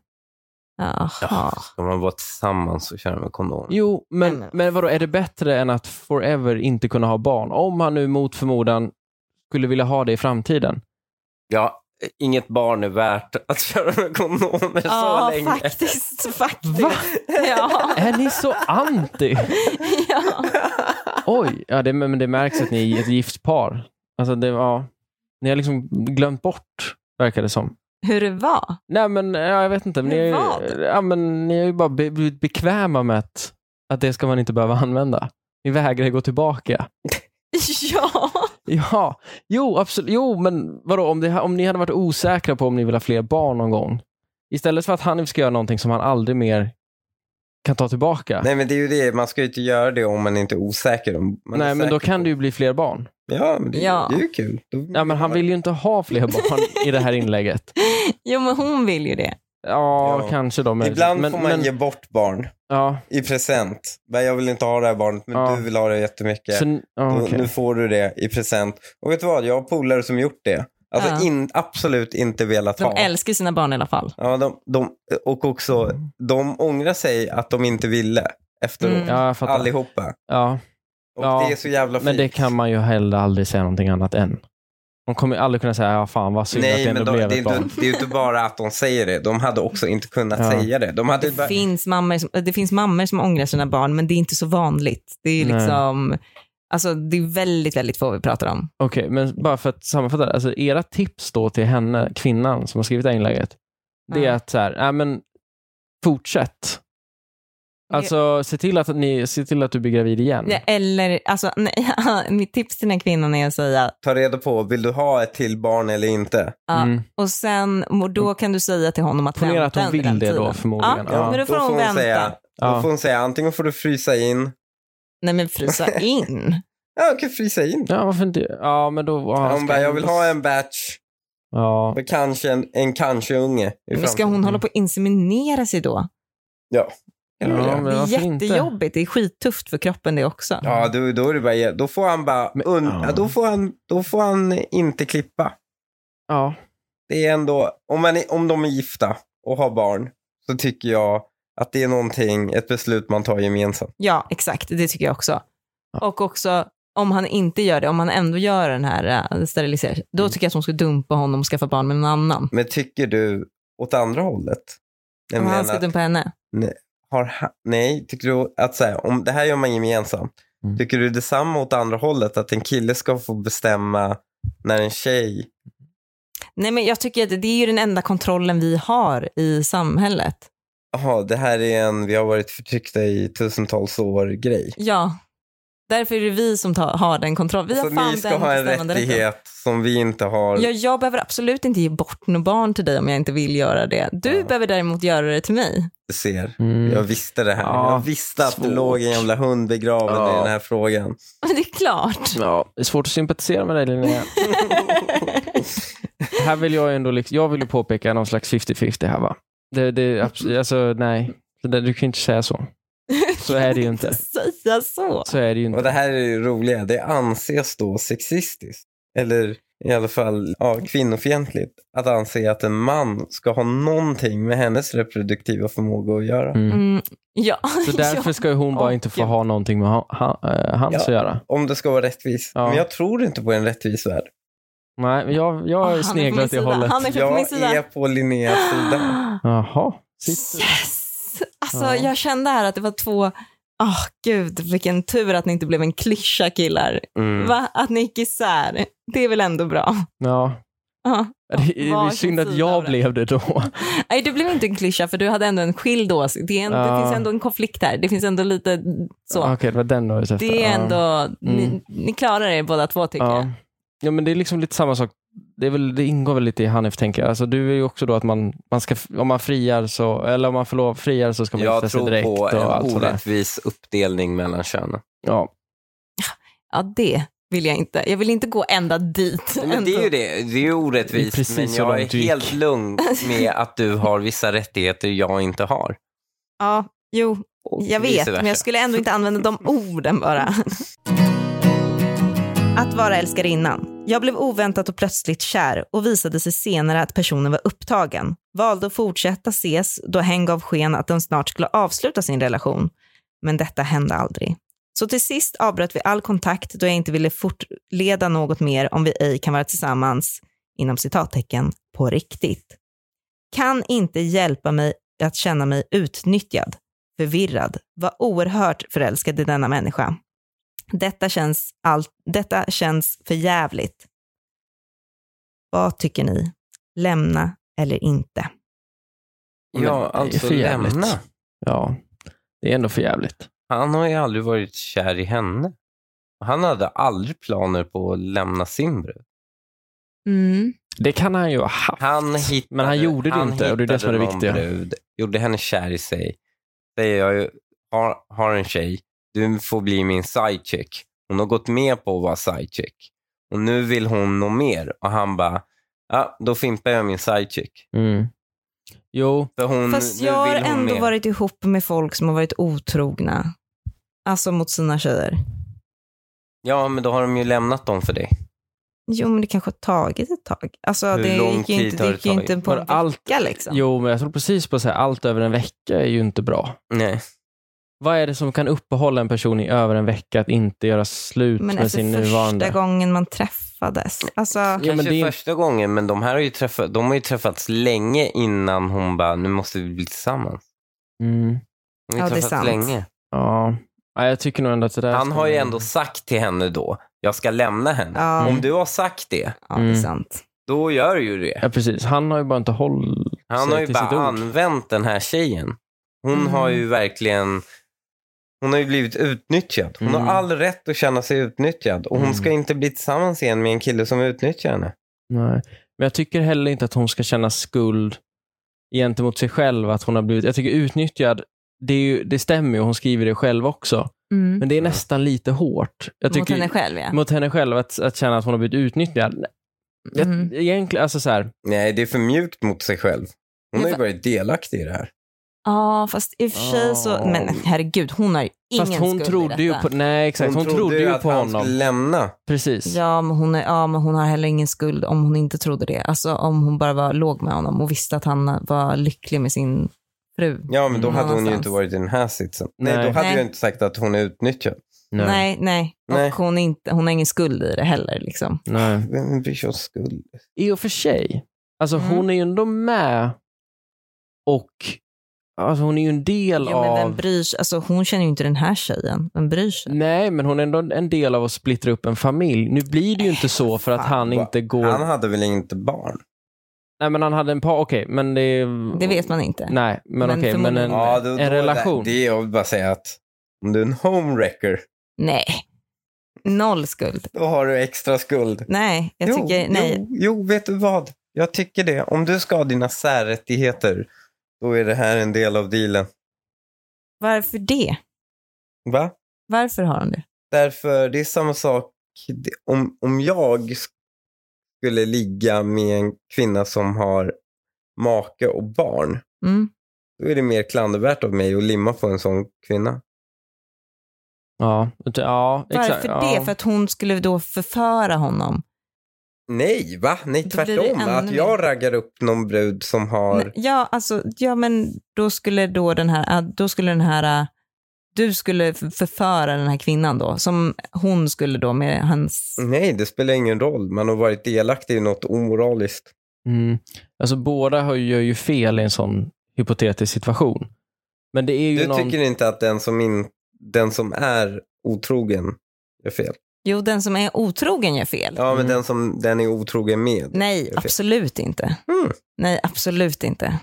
Jaha. Ska man vara tillsammans och köra med kondom? Jo, men vadå, är det bättre än att forever inte kunna ha barn? Om han nu mot förmodan skulle vilja ha det i framtiden. Ja, inget barn är värt att köra med kondomer så länge. Ja, faktiskt. Va? Ja. Är ni så anti? Ja. Oj, ja, men det märks att ni är ett gift par. Alltså ni har liksom glömt bort, verkar det som. Hur det var? Nej, men jag vet inte. Hur vad? Mm. Ni har ju bara blivit bekväma med att det ska man inte behöva använda. Ni vägrar gå tillbaka. Ja. Ja, jo, absolut. Jo, men vadå, om ni hade varit osäkra på om ni vill ha fler barn någon gång, istället för att han ska göra någonting som han aldrig mer kan ta tillbaka. Nej, men det är ju det. Man ska ju inte göra det om man inte är osäker. Nej, men då kan det ju bli fler barn. Ja, men det är ju kul. Ja, men han vill ju inte ha fler barn i det här inlägget. Jo, men hon vill ju det. Ja, kanske då. Men, ibland får man ge bort barn i present. Men jag vill inte ha det här barnet, men du vill ha det jättemycket. Så, okay. Nu får du det i present. Och vet du vad? Jag har polare som gjort det. Alltså absolut inte velat ha. De älskar sina barn i alla fall. Ja, och också, de ångrar sig att de inte ville efteråt. Ja, jag fattar. Allihopa. Ja. Och det är så jävla fint. Men det kan man ju heller aldrig säga någonting annat än. De kommer aldrig kunna säga, ja fan vad synd att det ändå blev ett barn. Det är ju inte bara att de säger det. De hade också inte kunnat säga det. Det finns mammor som ångrar sina barn, men det är inte så vanligt. Det är liksom... Alltså det är väldigt, väldigt få vi pratar om. Okej, men bara för att sammanfatta det. Alltså era tips då till henne, kvinnan som har skrivit det här inlägget, det är att så här, men fortsätt. Alltså se till att du blir gravid igen. Ja, eller, alltså, nej, mitt tips till den här kvinnan är att säga... Ta reda på, vill du ha ett till barn eller inte? Ja, och sen, då kan du säga till honom att vänta. Att hon vill det då förmodligen. Ja, men då får hon vänta. Då får hon säga, antingen får du frysa in. Nej, men frysa in? Ja, okej, frysa in. Ja, varför inte? Ja, men då... Hon bara, jag vill ha en batch. Ja. Och kanske en kanske-unge. Men ska hon hålla på att inseminera sig då? Ja. Det är jättejobbigt. Det är skittufft för kroppen det också. Ja, då är det bara... Då får han bara... Då får han inte klippa. Ja. Det är ändå... Om de är gifta och har barn, så tycker jag att det är ett beslut man tar gemensamt. Ja, exakt. Det tycker jag också. Ja. Och också, om han inte gör det, om han ändå gör den här steriliseringen, då tycker jag att hon ska dumpa honom och skaffa barn med någon annan. Men tycker du åt andra hållet? Om han ska dumpa henne? Nej, tycker du att så här, om det här gör man gemensamt, tycker du detsamma åt andra hållet, att en kille ska få bestämma när en tjej... Nej, men jag tycker att det är ju den enda kontrollen vi har i samhället. Jaha, det här är vi har varit förtryckta i tusentals år grej. Ja, därför är det vi som har den kontrollen. Vi har så ni ska ha en rättighet som vi inte har. Ja, jag behöver absolut inte ge bort några barn till dig om jag inte vill göra det. Du behöver däremot göra det till mig. Du ser, jag visste det här. Ja, jag visste att det låg en jävla hund begraven i den här frågan. Men det är klart. Ja, det är svårt att sympatisera med dig, Linnea. Här vill jag ändå jag vill ju påpeka någon slags 50-50 här, va? Alltså nej, du kan inte säga så. Så är det ju inte. Säga så. Så är det ju inte. Och det här är ju roliga. Det anses då sexistiskt. Eller i alla fall kvinnofientligt att anse att en man ska ha någonting med hennes reproduktiva förmåga att göra. Ja. Så därför ska ju hon bara inte få ha någonting med hans att göra. Om det ska vara rättvis. Ja. Men jag tror inte på en rättvis värld. Nej, jag sneglar åt det hållet. Han är på min sida. Jag är på Linneas sida. Jaha. Yes! Alltså jag kände här att det var två... Gud, vilken tur att ni inte blev en klyscha, killar. Va? Att ni gick isär. Det är väl ändå bra. Ja. Det är synd att jag blev det då. Nej, du blev inte en klyscha för du hade ändå en skild åsikt. Det finns ändå en konflikt här. Det finns ändå lite så. Okej, det var den då. Det är ändå... Ni klarar er båda två, tycker jag. Ja, men det är liksom lite samma sak. Det ingår väl lite i Hanif, tänker jag. Alltså, du är ju också då att man ska, om man friar så, eller om man friar så ska man gifta sig direkt. Jag tror på och en orättvis uppdelning mellan könen. Ja, det vill jag inte. Jag vill inte gå ända dit. Men det är ju det. Det är ju orättvist. Men jag är helt lugn med att du har vissa rättigheter jag inte har. Ja, jo. Jag vet, men jag skulle ändå inte använda de orden bara. Att vara älskarinnan. Jag blev oväntat och plötsligt kär och visade sig senare att personen var upptagen. Valde att fortsätta ses då hen gav sken att de snart skulle avsluta sin relation. Men detta hände aldrig. Så till sist avbröt vi all kontakt då jag inte ville fortleda något mer om vi ej kan vara tillsammans, inom citattecken, på riktigt. Kan inte hjälpa mig att känna mig utnyttjad, förvirrad, var oerhört förälskad i denna människa. Detta känns för jävligt. Vad tycker ni? Lämna eller inte? Ja, alltså lämna. Ja, det är ändå för jävligt. Han har ju aldrig varit kär i henne. Han hade aldrig planer på att lämna sin brud. Det kan han ju ha haft. Men han gjorde det inte, och det är det som är det viktiga. Brud, gjorde henne kär i sig. Säger jag ju, har en tjej, du får bli min sidechick. Hon har gått med på att vara sidechick. Och nu vill hon nå mer. Och han bara, då fimpar jag min sidechick. Jo. Fast jag har ändå varit ihop med folk som har varit otrogna. Alltså mot sina tjejer. Ja, men då har de ju lämnat dem för dig. Jo, men det kanske har tagit ett tag. Alltså hur det lång gick ju tid inte, inte på en vecka liksom. Jo, men jag tror precis på att säga allt över en vecka är ju inte bra. Nej. Vad är det som kan uppehålla en person i över en vecka att inte göra slut med sin nuvarande? Men första gången man träffades. Alltså... Kanske första gången, men de har ju träffats länge innan hon bara, nu måste vi bli tillsammans. De har ju träffats länge. Ja, jag tycker nog ändå att det där... Han har ju ändå sagt till henne då, jag ska lämna henne. Ja. Om du har sagt det, det är sant. Då gör ju det. Ja, precis. Han har ju bara inte hållit Han har ju bara använt den här tjejen. Hon har ju verkligen... Hon har ju blivit utnyttjad. Hon har all rätt att känna sig utnyttjad. Och hon ska inte bli tillsammans igen med en kille som utnyttjar henne. Nej, men jag tycker heller inte att hon ska känna skuld gentemot sig själv att hon har blivit... Jag tycker utnyttjad, det stämmer ju. Hon skriver det själv också. Men det är nästan lite hårt. Mot henne själv, ja. Mot henne själv att känna att hon har blivit utnyttjad. Egentligen, alltså så här... Nej, det är för mjukt mot sig själv. Hon har ju varit delaktig i det här. Ja, fast i och för sig så... Men herregud, hon har ingen skuld i detta. Fast hon trodde ju på... Nej, exakt. Hon trodde ju på honom. Han skulle lämna. Precis. Ja, men hon har heller ingen skuld om hon inte trodde det. Alltså om hon bara låg med honom och visste att han var lycklig med sin fru. Ja, men då hade hon ju inte varit i den här sitsen. Nej, då hade jag inte sagt att hon är utnyttjad. Nej. Och hon har ingen skuld i det heller liksom. Nej. Vem bryr sig om skuld? I och för sig. Alltså hon är ju ändå med och alltså hon är ju en del av... men vem bryr sig? Alltså hon känner ju inte den här tjejen. Vem bryr sig? Nej, men hon är ändå en del av att splittra upp en familj. Nu blir det ju inte så för att han inte går... Han hade väl inte barn? Nej, men han hade en par... Okej, men det vet man inte. Nej, men okej, men en relation. Det är jag vill bara säga att om du är en homewrecker... Nej. Noll skuld. Då har du extra skuld. Nej, jag tycker... Nej. Jo, vet du vad? Jag tycker det. Om du ska ha dina särrättigheter, då är det här en del av dealen. Varför det? Va? Varför har han det? Därför, det är samma sak. Om jag skulle ligga med en kvinna som har make och barn, då är det mer klandervärt av mig att limma på en sån kvinna. Ja, exakt. Varför det? För att hon skulle då förföra honom. Nej, va? Nej, Då blir det tvärtom. ännu Att mer. jag raggar upp någon brud som har... Ja, alltså, ja, men då skulle den här, du skulle förföra den här kvinnan då, som hon skulle då med hans... Nej, det spelar ingen roll. Man har varit delaktig i något omoraliskt. Alltså båda gör ju fel i en sån hypotetisk situation. Men det är ju Du tycker inte att den som är otrogen är fel? Jo, den som är otrogen gör fel. Ja, men den som den är otrogen med. Nej, absolut inte. Nej, absolut inte.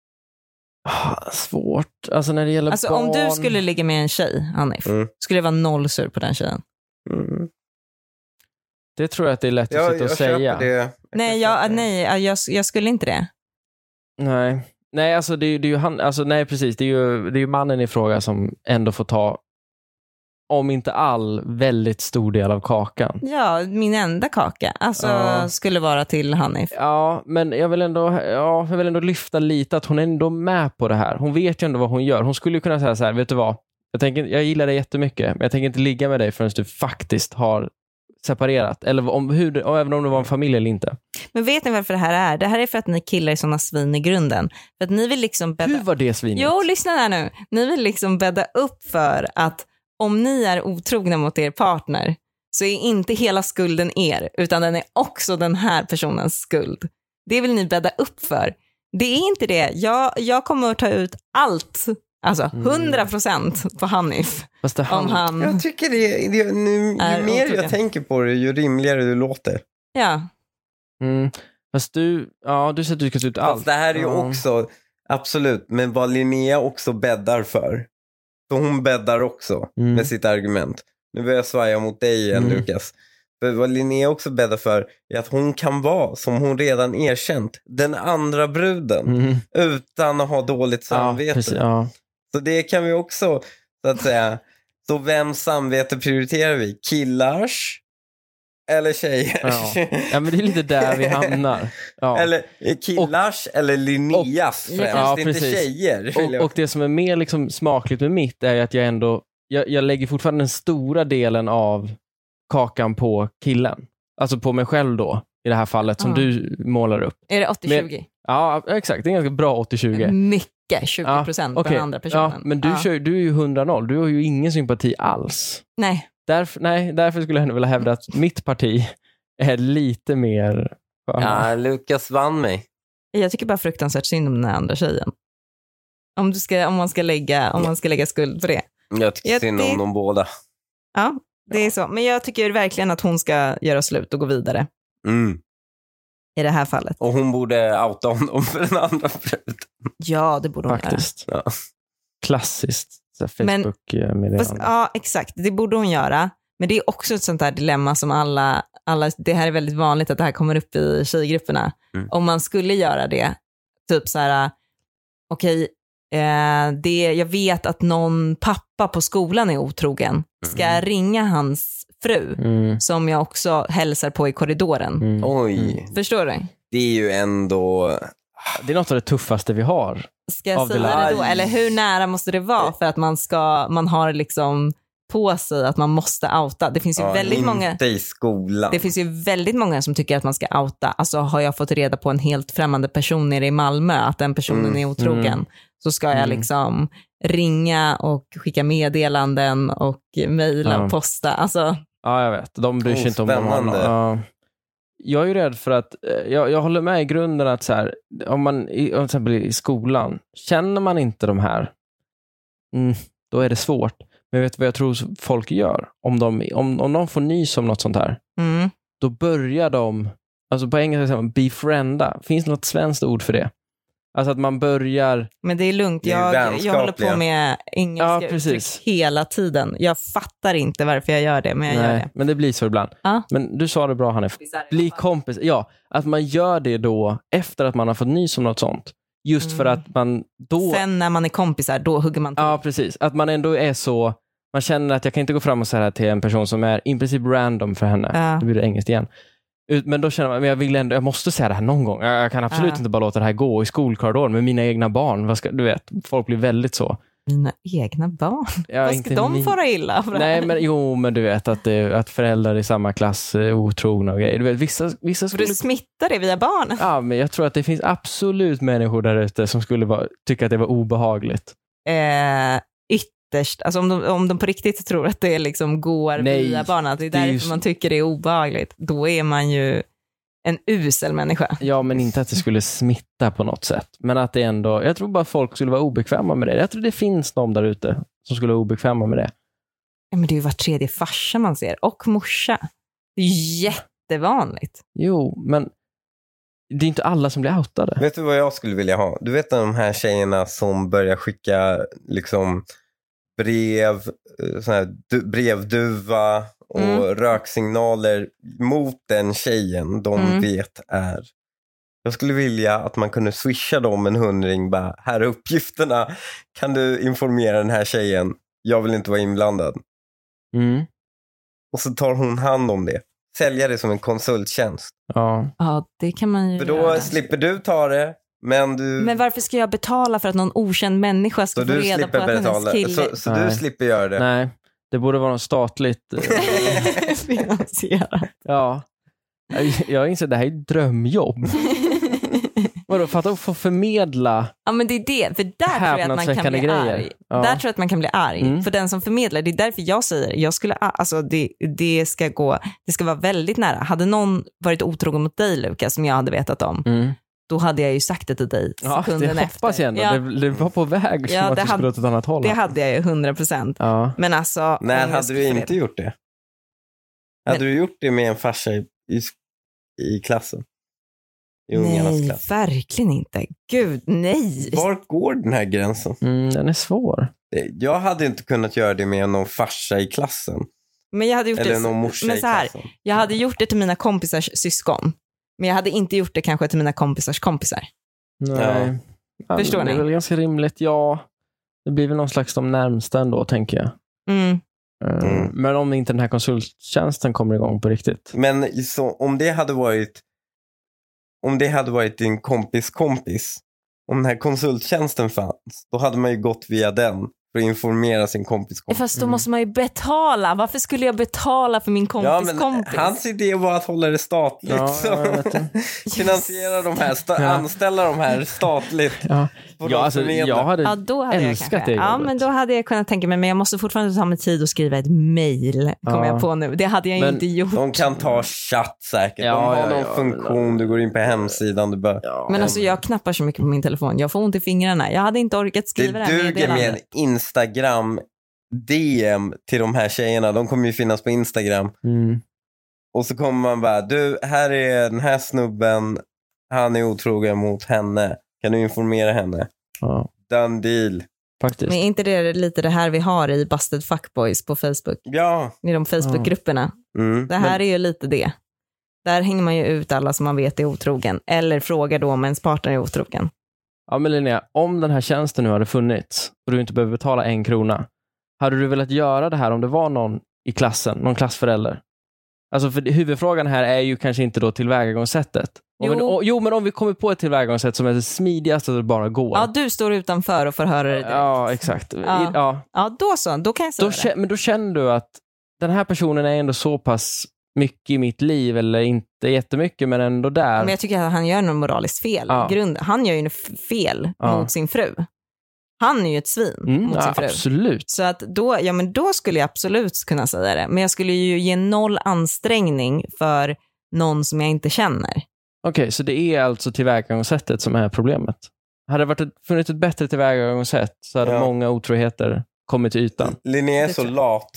Svårt. Alltså när det gäller Alltså barn... om du skulle ligga med en tjej, Hanif, skulle jag vara noll sur på den tjejen. Det tror jag att det är lätt att sitta och säga. Det. Jag skulle inte det. Nej, alltså det är ju han, alltså nej precis, det är ju mannen i fråga som ändå får ta, om inte väldigt stor del av kakan. Ja, min enda kaka. Alltså skulle vara till Hanif. Ja, men jag vill ändå lyfta lite att hon är ändå med på det här. Hon vet ju ändå vad hon gör. Hon skulle ju kunna säga så här, vet du vad? Jag gillar dig jättemycket, men jag tänker inte ligga med dig förrän du faktiskt har separerat. Eller även om det var en familj eller inte. Men vet ni varför det här är? Det här är för att ni killar är såna svin i grunden. För att ni vill liksom bädda... Hur var det svinet? Jo, lyssna här nu. Ni vill liksom bädda upp för att om ni är otrogna mot er partner så är inte hela skulden er, utan den är också den här personens skuld. Det vill ni bädda upp för. Det är inte det. Jag kommer att ta ut allt, alltså 100% på Hanif. Om han jag tycker ju mer jag tänker på det, ju rimligare du låter. Ja. Fast du säger att du ska ta ut allt. Fast det här är ju också, absolut, men vad Linnea också bäddar för. Så hon bäddar också med sitt argument. Nu vill jag svaja mot dig igen, Lukas. För vad Linnea också bäddar för är att hon kan vara, som hon redan erkänt, den andra bruden utan att ha dåligt samvete. Precis, Så det kan vi också, så att säga. Så vems samvete prioriterar vi? Killars eller tjejers? Ja, men det är lite där vi hamnar. Ja. Eller killars eller Linneas främst, inte tjejer. Och det som är mer liksom smakligt med mitt är att jag lägger fortfarande den stora delen av kakan på killen. Alltså på mig själv då, i det här fallet som du målar upp. Är det 80-20? Ja, exakt. Det är ganska bra 80-20. Mycket, 20% på den andra personen. Ja, men du är ju 100-0. Du har ju ingen sympati alls. Nej. Därför skulle jag vilja hävda att mitt parti är lite mer... Ja, Lukas vann mig. Jag tycker bara fruktansvärt synd om den här andra tjejen. Om man ska lägga skuld på det. Jag tycker synd om dem båda. Ja, det är så. Men jag tycker verkligen att hon ska göra slut och gå vidare. I det här fallet. Och hon borde outa honom för den andra bruden. Ja, det borde hon faktiskt göra. Ja. Klassiskt Facebook-meddelande. Ja, exakt. Det borde hon göra. Men det är också ett sånt där dilemma som alla det här är väldigt vanligt att det här kommer upp i tjejgrupperna. Om man skulle göra det, typ så här, okej, jag vet att någon pappa på skolan är otrogen. Ska jag ringa hans fru som jag också hälsar på i korridoren? Oj. Förstår du? Det är ju ändå... Det är något av det tuffaste vi har. Ska jag säga det då? Eller hur nära måste det vara för att man har liksom på sig att man måste outa? Det finns ju väldigt många i skolan. Det finns ju väldigt många som tycker att man ska outa. Alltså har jag fått reda på en helt främmande person nere i Malmö att den personen är otrogen, så ska jag liksom ringa och skicka meddelanden och mejla och posta. Alltså... Ja, jag vet. De bryr sig inte om dem. Jag är ju rädd för att jag håller med i grunden att så här, om man till exempel i skolan känner man inte de här, då är det svårt. Men vet du vad jag tror folk gör? Om de får nys om något sånt här, då börjar de, alltså på engelska säger man befrienda. Finns det något svenskt ord för det? Alltså att man börjar... Men det är lugnt, jag håller på med engelska uttryck hela tiden. Jag fattar inte varför jag gör det, men jag gör det. Men det blir så ibland. Men du sa det bra, Hanif. Bli kompis. Ja, att man gör det då efter att man har fått nys om något sånt. Just för att man då... Sen när man är kompisar, då hugger man till. Ja, precis. Att man ändå är så... Man känner att jag kan inte gå fram och säga det här till en person som är i princip random för henne. Det blir det engelskt igen. Men då känner man, men jag måste säga det här någon gång. Jag kan absolut inte bara låta det här gå i skolkorridoren med mina egna barn. Du vet, folk blir väldigt så. Mina egna barn? Ja, Vad inte ska de fara illa av det här? Nej, men du vet att föräldrar i samma klass är otrogna och grejer. Du vet, vissa För skulle... du smittar det via barnen. Ja, men jag tror att det finns absolut människor där ute som skulle tycka att det var obehagligt. Ytterst, alltså om de på riktigt tror att det liksom går via barnen, att det är därför man tycker det är obehagligt, då är man ju en usel människa. Ja, men inte att det skulle smitta på något sätt. Men att det ändå, jag tror bara folk skulle vara obekväma med det. Jag tror det finns någon där ute som skulle vara obekväma med det. Ja, men det är ju var tredje farsa man ser, och morsa. Det är jättevanligt. Jo, men det är inte alla som blir outade. Vet du vad jag skulle vilja ha? Du vet de här tjejerna som börjar skicka liksom brev, sån här brevduva och röksignaler mot den tjejen de vet är. Jag skulle vilja att man kunde swisha dem en 100, bara, här är uppgifterna, kan du informera den här tjejen, jag vill inte vara inblandad. Och så tar hon hand om det, sälja det som en konsulttjänst. Ja, det kan man ju för då göra. slipper du ta det. Men varför ska jag betala för att någon okänd människa ska få reda på att hennes kille... Så du slipper göra det? Nej, det borde vara något statligt finansierat. Ja, jag inser att det här är ett drömjobb. Vadå, för att få förmedla... Ja, men det är det, för där tror jag att man kan bli arg. Ja. Där tror jag att man kan bli arg. För den som förmedlar, det är därför jag säger, jag skulle, alltså det ska vara väldigt nära. Hade någon varit otrogen mot dig, Lukas, som jag hade vetat om, då hade jag ju sagt det till dig sekunden efter. Hoppas jag ändå. Ja. Det var på väg som att du skulle åt ett annat håll. Det hade jag ju 100%. Ja. Men alltså... När hade du inte gjort det? Hade du gjort det med en farsa i klassen? I ungarnas klass? Nej, verkligen inte. Gud, nej. Var går den här gränsen? Den är svår. Jag hade inte kunnat göra det med någon farsa i klassen. Men jag hade gjort eller någon morsa i klassen. Jag hade gjort det till mina kompisars syskon. Men jag hade inte gjort det kanske till mina kompisars kompisar. Nej. Ja. Förstår ni? Det är väl ganska rimligt, ja. Det blir väl någon slags de närmsta ändå, tänker jag. Men om inte den här konsulttjänsten kommer igång på riktigt. Men så, om det hade varit din kompis, om den här konsulttjänsten fanns, då hade man ju gått via den för att informera sin kompis. Fast då måste man ju betala. Varför skulle jag betala för min kompis? Hans idé var att hålla det statligt. Finansiera de här, anställa de här statligt. Jag hade älskat det. Ja, men då hade jag kunnat tänka mig, men jag måste fortfarande ta mig tid och skriva ett mejl, kommer jag på nu. Det hade jag inte gjort. De kan ta chatt säkert. De har någon funktion, du går in på hemsidan. Du bara, men alltså jag knappar så mycket på min telefon. Jag får ont i fingrarna. Jag hade inte orkat skriva det här meddelandet. Det duger med en Instagram DM till de här tjejerna. De kommer ju finnas på Instagram. Och så kommer man bara, du, här är den här snubben, han är otrogen mot henne. Kan du informera henne? Done deal. Faktiskt. Men är inte det lite det här vi har i Busted Fuckboys på Facebook? Ja. I de Facebook-grupperna. Det här är ju lite det. Där hänger man ju ut alla som man vet är otrogen. Eller frågar då om ens partner är otrogen. Ja, men Linnea, om den här tjänsten nu hade funnits och du inte behöver betala 1 krona, hade du velat göra det här om det var någon i klassen, någon klassförälder? Alltså, för huvudfrågan här är ju kanske inte då tillvägagångssättet. Men om vi kommer på ett tillvägagångssätt som är det smidigaste det bara går. Ja, du står utanför och får höra det direkt. Ja, exakt. Ja, då kan jag säga det. Men då känner du att den här personen är ändå så pass mycket i mitt liv, eller inte jättemycket, men ändå där. Men jag tycker att han gör något moraliskt fel. Han gör ju fel mot sin fru. Han är ju ett svin mot sin fru. Absolut. Så att då skulle jag absolut kunna säga det. Men jag skulle ju ge 0 ansträngning för någon som jag inte känner. Okej, så det är alltså tillvägagångssättet som är problemet. Hade det funnits ett bättre tillvägagångssätt så hade många otroheter kommit till ytan. Linnea är så lat.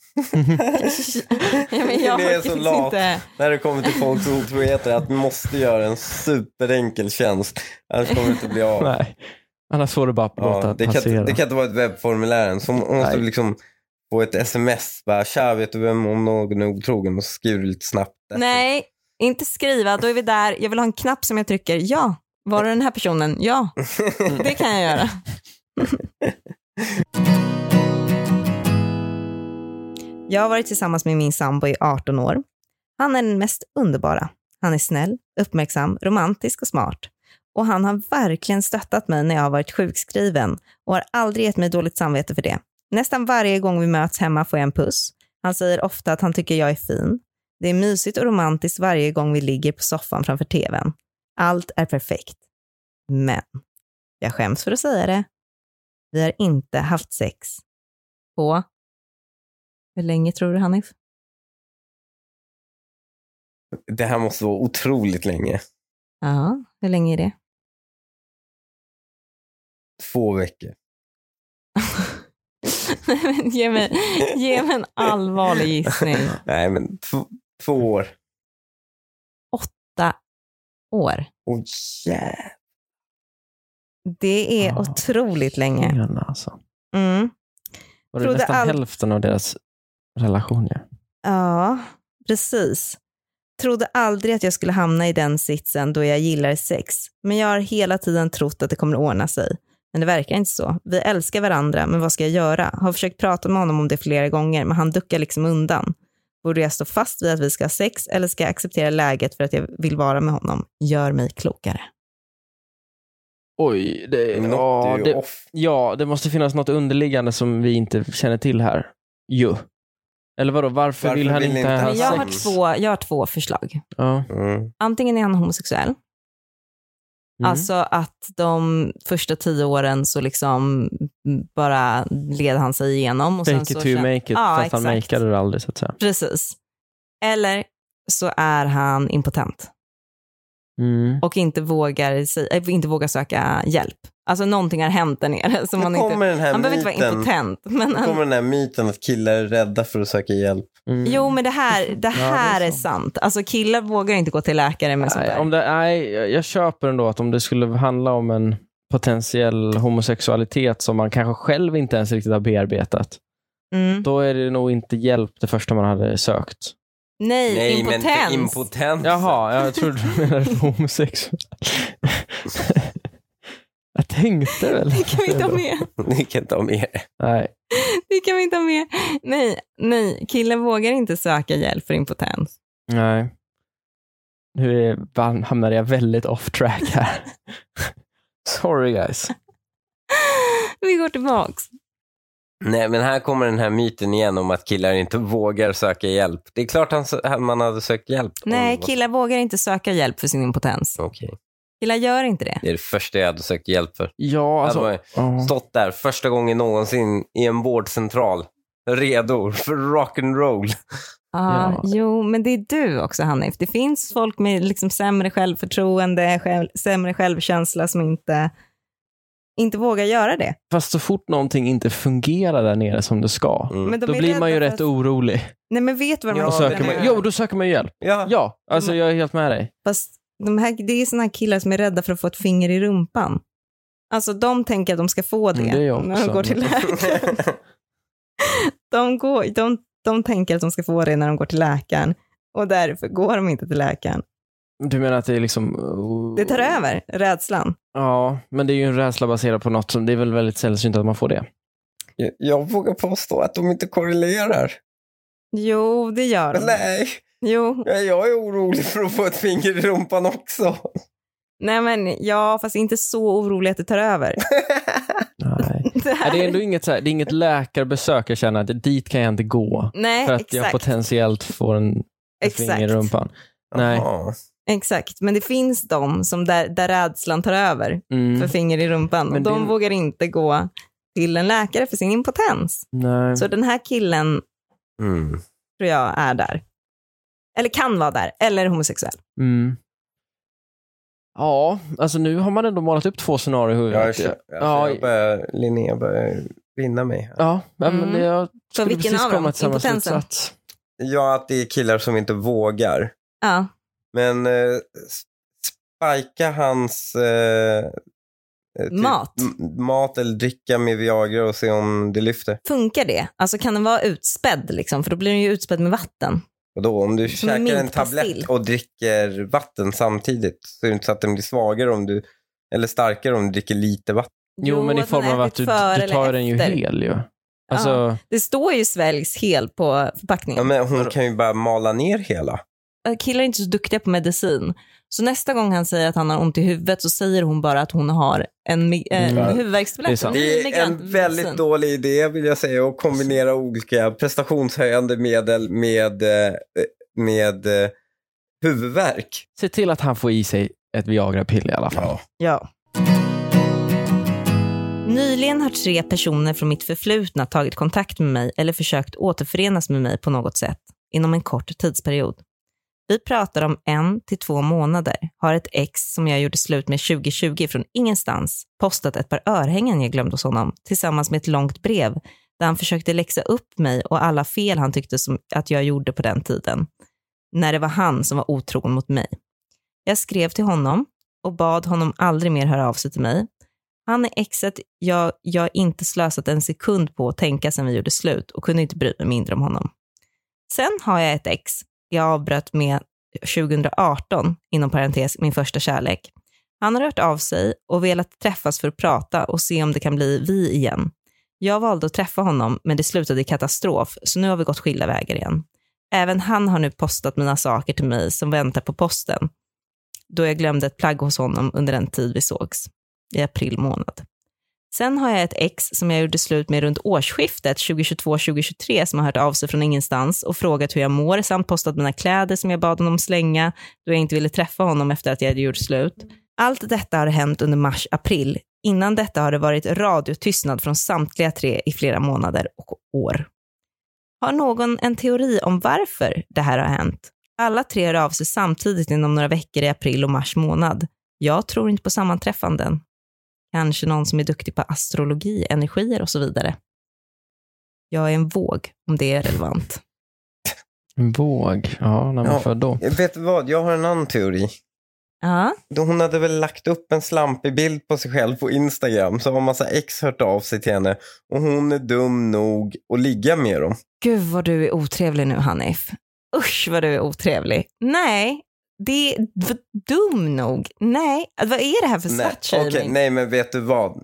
Linnea är så lat när det kommer till folks otroheter att man måste göra en superenkel tjänst. Annars kommer det inte bli av. Nej. Annars får du bara låta passera. Det kan inte vara ett webbformulär. Så måste du liksom få ett sms. Bara, tja, vet du vem om någon är otrogen? Och så skriver du lite snabbt. Nej, inte skriva. Då är vi där. Jag vill ha en knapp som jag trycker. Ja, var det den här personen? Ja, det kan jag göra. Jag har varit tillsammans med min sambo i 18 år. Han är den mest underbara. Han är snäll, uppmärksam, romantisk och smart. Och han har verkligen stöttat mig när jag har varit sjukskriven och har aldrig gett mig dåligt samvete för det. Nästan varje gång vi möts hemma får jag en puss. Han säger ofta att han tycker jag är fin. Det är mysigt och romantiskt varje gång vi ligger på soffan framför tvn. Allt är perfekt. Men jag skäms för att säga det. Vi har inte haft sex på... Hur länge tror du, Hanif? Det här måste vara otroligt länge. Ja, hur länge är det? 2 veckor. ge mig en allvarlig gissning. Nej, men 2 år. 8 år. Åh, jävlar. Det är otroligt länge. Gärna, alltså. Mm. Och det är nästan hälften av deras relation. Ja, precis. Trodde aldrig att jag skulle hamna i den sitsen då jag gillar sex. Men jag har hela tiden trott att det kommer att ordna sig. Men det verkar inte så. Vi älskar varandra, men vad ska jag göra? Har försökt prata med honom om det flera gånger, men han duckar liksom undan. Borde jag stå fast vid att vi ska ha sex eller ska jag acceptera läget för att jag vill vara med honom? Gör mig klokare. Oj, det måste finnas något underliggande som vi inte känner till här. Jo. Eller vadå, varför vill han inte ha sex? Jag har 2 förslag. Ja. Antingen är han homosexuell. Alltså att de första 10 åren så liksom bara led han sig igenom. Och Fake sen it så to make it, fast han makeade det aldrig så att säga. Precis. Eller så är han impotent. Och inte vågar söka hjälp. Alltså någonting har hänt där nere. Som han behöver inte vara impotent. Men kommer den här myten att killar är rädda för att söka hjälp. Jo, men det här är sant. Alltså killar vågar inte gå till läkare med sånt där. Jag köper ändå att om det skulle handla om en potentiell homosexualitet som man kanske själv inte ens riktigt har bearbetat. Då är det nog inte hjälp det första man hade sökt. Nej, impotens. Men impotens. Jaha, jag trodde du menade homosexuell. Jag tänkte väl. Det kan vi inte ha med. Ni kan inte ha med. Nej. Det kan vi inte ha med. Nej, killen vågar inte söka hjälp för impotens. Nej. Nu hamnade jag väldigt off track här. Sorry guys. Vi går tillbaks. Nej, men här kommer den här myten igen om att killar inte vågar söka hjälp. Det är klart man hade sökt hjälp. Nej, killar vågar inte söka hjälp för sin impotens. Okej. Killar gör inte det. Det är det första jag hade sökt hjälp för. Ja, alltså. Jag hade stått där första gången någonsin i en vårdcentral. Redo för rock'n'roll. Ja. Jo, men det är du också, Hanif. Det finns folk med liksom sämre självförtroende, sämre självkänsla som inte vågar göra det. Fast så fort någonting inte fungerar där nere som det ska, då blir man ju rätt orolig. Nej, men vet du vad de då söker man hjälp. Ja, alltså jag är helt med dig. Fast det är såna här killar som är rädda för att få ett finger i rumpan. Alltså de tänker att de ska få det när de går till läkaren. De tänker att de ska få det när de går till läkaren. Och därför går de inte till läkaren. Du menar att det är liksom... Det tar över, rädslan. Ja, men det är ju en rädsla baserad på något som... Det är väl väldigt sällsynt att man får det. Jag vågar påstå att de inte korrelerar. Jo, det gör de. Nej. Jo. Jag är orolig för att få ett finger i rumpan också. Nej, men fast inte så orolig att det tar över. Nej. Det är ändå inget läkarbesök jag känner att dit kan jag inte gå. Nej, för att exakt. jag potentiellt får ett finger i rumpan. Nej. Exakt, men det finns de som där rädslan tar över för finger i rumpan. Men och de vågar inte gå till en läkare för sin impotens. Nej. Så den här killen tror jag är där. Eller kan vara där. Eller homosexuell. Ja, alltså nu har man ändå målat upp 2 scenarier i huvudet. Linnea börjar vinna mig. Ja, men jag skulle precis komma till samma slutsats. Ja, att det är killar som inte vågar. Ja. Men spika hans mat eller dricka med Viagra och se om det lyfter. Funkar det? Alltså kan den vara utspädd liksom? För då blir den ju utspädd med vatten. Och då, om du käkar en tablett och dricker vatten samtidigt så är det inte så att den blir svagare eller starkare om du dricker lite vatten. Jo, men i form av att du tar den ju hel ju. Alltså... Ja, det står ju sväljs hel på förpackningen. Ja, men hon kan ju bara mala ner hela. Killar är inte så duktiga på medicin. Så nästa gång han säger att han har ont i huvudet så säger hon bara att hon har en huvudvärkstablett. Det är en väldigt dålig idé vill jag säga att kombinera olika prestationshöjande medel med huvudvärk. Se till att han får i sig ett Viagra-piller i alla fall. Ja. Nyligen har 3 personer från mitt förflutna tagit kontakt med mig eller försökt återförenas med mig på något sätt inom en kort tidsperiod. Vi pratar om 1 till 2 månader. Har ett ex som jag gjorde slut med 2020 från ingenstans postat ett par örhängen jag glömde hos honom tillsammans med ett långt brev där han försökte läxa upp mig och alla fel han tyckte som att jag gjorde på den tiden. När det var han som var otrogen mot mig. Jag skrev till honom och bad honom aldrig mer höra av sig till mig. Han är exet jag inte slösat en sekund på att tänka sedan vi gjorde slut och kunde inte bry mig mindre om honom. Sen har jag ett ex jag avbröt med 2018, inom parentes min första kärlek. Han har hört av sig och velat träffas för att prata och se om det kan bli vi igen. Jag valde att träffa honom men det slutade i katastrof så nu har vi gått skilda vägar igen. Även han har nu postat mina saker till mig som väntar på posten. Då jag glömde ett plagg hos honom under den tid vi sågs. I april månad. Sen har jag ett ex som jag gjorde slut med runt årsskiftet 2022-2023 som har hört av sig från ingenstans och frågat hur jag mår samt postat mina kläder som jag bad honom slänga då jag inte ville träffa honom efter att jag hade gjort slut. Allt detta har hänt under mars-april. Innan detta har det varit radiotystnad från samtliga 3 i flera månader och år. Har någon en teori om varför det här har hänt? Alla 3 hör av sig samtidigt inom några veckor i april och mars månad. Jag tror inte på sammanträffanden. Kanske någon som är duktig på astrologi, energier och så vidare. Jag är en våg, om det är relevant. En våg? Ja, när man född då. Vet du vad? Jag har en annan teori. Ja. Hon hade väl lagt upp en slampig bild på sig själv på Instagram så har massa ex hört av sig till henne och hon är dum nog att ligga med dem. Gud vad du är otrevlig nu, Hanif. Usch vad du är otrevlig. Nej, det är dum nog. Nej, vad är det här för slutshaming? Okej, nej men vet du vad?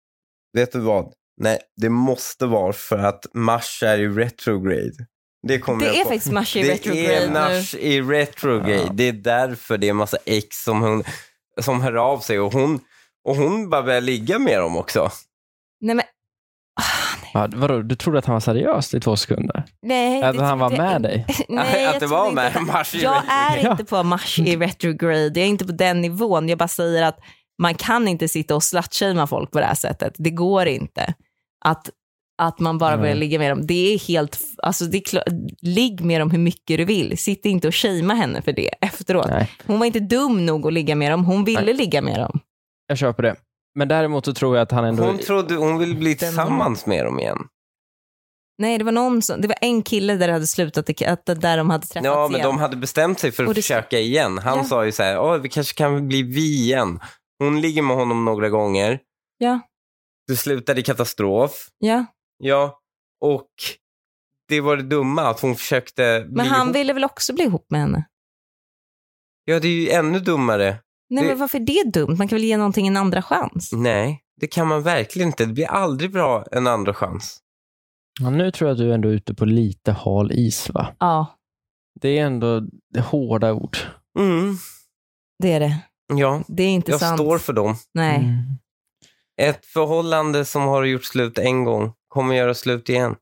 Nej, det måste vara för att Mars är i retrograde. Det är faktiskt Mars i retrograde. Det är Mars i retrograde. Ja. Det är därför det är en massa ex som hör av sig och hon bara börjar ligga med dem också. Nej men ja, vadå? Du trodde att han var seriös i 2 sekunder? Nej. Att han var med dig? Nej, att det var med Mars i retrograde. Jag är inte på Mars i retrograde. Jag är inte på den nivån. Jag bara säger att man kan inte sitta och slutshamea folk på det här sättet. Det går inte. Att man bara börjar ligga med dem. Det är helt, alltså ligg med dem hur mycket du vill. Sitt inte och shamea henne för det efteråt. Nej. Hon var inte dum nog att ligga med dem. Hon ville ligga med dem. Jag köper det. Men däremot så tror jag att han ändå... Hon ville bli tillsammans med dem igen. Nej, det var en kille där det hade slutat där de hade träffats igen. Ja, men de hade bestämt sig för att försöka igen. Han sa ju så här, vi kanske kan bli vi igen. Hon ligger med honom några gånger. Ja. Det slutade i katastrof. Ja. Ja, och det var det dumma att hon försökte Men han ville väl också bli ihop med henne? Ja, det är ju ännu dummare. Nej, men varför är det dumt? Man kan väl ge någonting en andra chans? Nej, det kan man verkligen inte. Det blir aldrig bra en andra chans. Ja, nu tror jag att du är ändå ute på lite hal is, va? Ja. Det är ändå hårda ord. Mm. Det är det. Ja, det är inte sant. Jag står för dem. Nej. Mm. Ett förhållande som har gjort slut en gång kommer göra slut igen.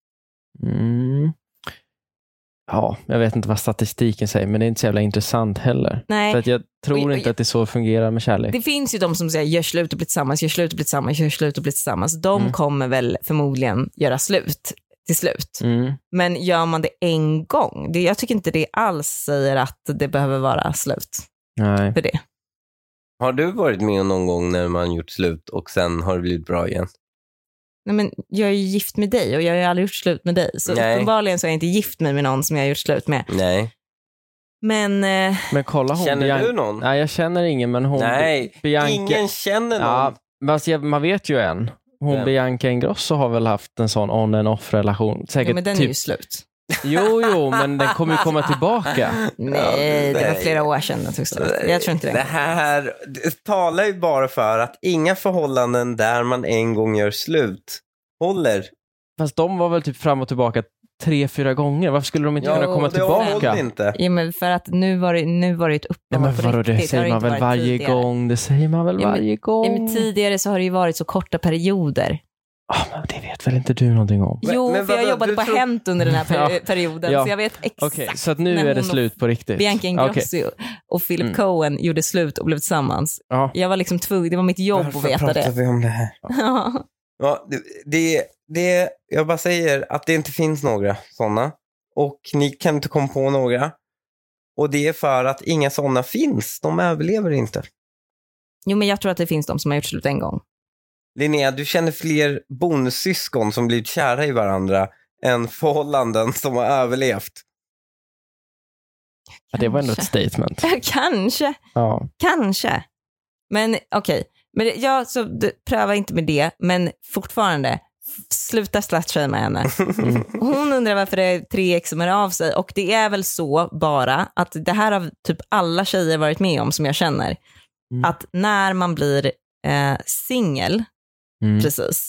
Mm. Ja, jag vet inte vad statistiken säger, men det är inte så jävla intressant heller. Nej. För att jag tror inte att det så fungerar med kärlek. Det finns ju de som säger gör slut och bli tillsammans, gör slut och bli tillsammans, gör slut och bli tillsammans. De kommer väl förmodligen göra slut till slut. Mm. Men gör man det en gång, jag tycker inte det alls säger att det behöver vara slut. Nej. För det. Har du varit med någon gång när man gjort slut och sen har det blivit bra igen? Nej, men jag är ju gift med dig och jag har ju aldrig gjort slut med dig. Så uppenbarligen så är jag inte gift med någon som jag har gjort slut med. Nej. Men kolla hon. Känner du någon? Nej, jag känner ingen, men hon... Nej, Bianca... ingen känner någon. Ja, men man vet ju en. Bianca Ingrosso har väl haft en sån on and off relation. Säkert, ja, men den är ju slut. Jo, men den kommer ju komma tillbaka. Nej, det var flera år sedan den tog slut. Jag tror inte det. Det här talar ju bara för att inga förhållanden där man en gång gör slut håller. Fast de var väl typ fram och tillbaka 3-4 gånger. Varför skulle de inte kunna komma tillbaka? Inte. Ja, men för att nu var det ett uppehåll. Ja, men vadå, det säger man väl varje gång? Det säger man väl varje gång? Ja, men tidigare så har det ju varit så korta perioder. Men det vet väl inte du någonting om? Jo, men för jag jobbade på Hänt under den här perioden, så jag vet exakt. Okej, så att nu är det slut på riktigt. Bianca Ingrosso och Philip Cohen gjorde slut och blev tillsammans. Ja. Jag var liksom tvungen, det var mitt jobb att veta det. Varför pratar vi om det här? Ja, jag bara säger att det inte finns några sådana. Och ni kan inte komma på några. Och det är för att inga sådana finns. De överlever inte. Jo, men jag tror att det finns de som har gjort slut en gång. Linnea, du känner fler bonussyskon som blivit kära i varandra än förhållanden som har överlevt. Ja, det var ändå ett statement. Kanske. Ja. Kanske. Men okej. Men pröva inte med det. Men fortfarande, sluta slut-shama med henne. Hon undrar varför det är 3 ex som är av sig. Och det är väl så bara att det här har typ alla tjejer varit med om som jag känner. Att när man blir singel, precis,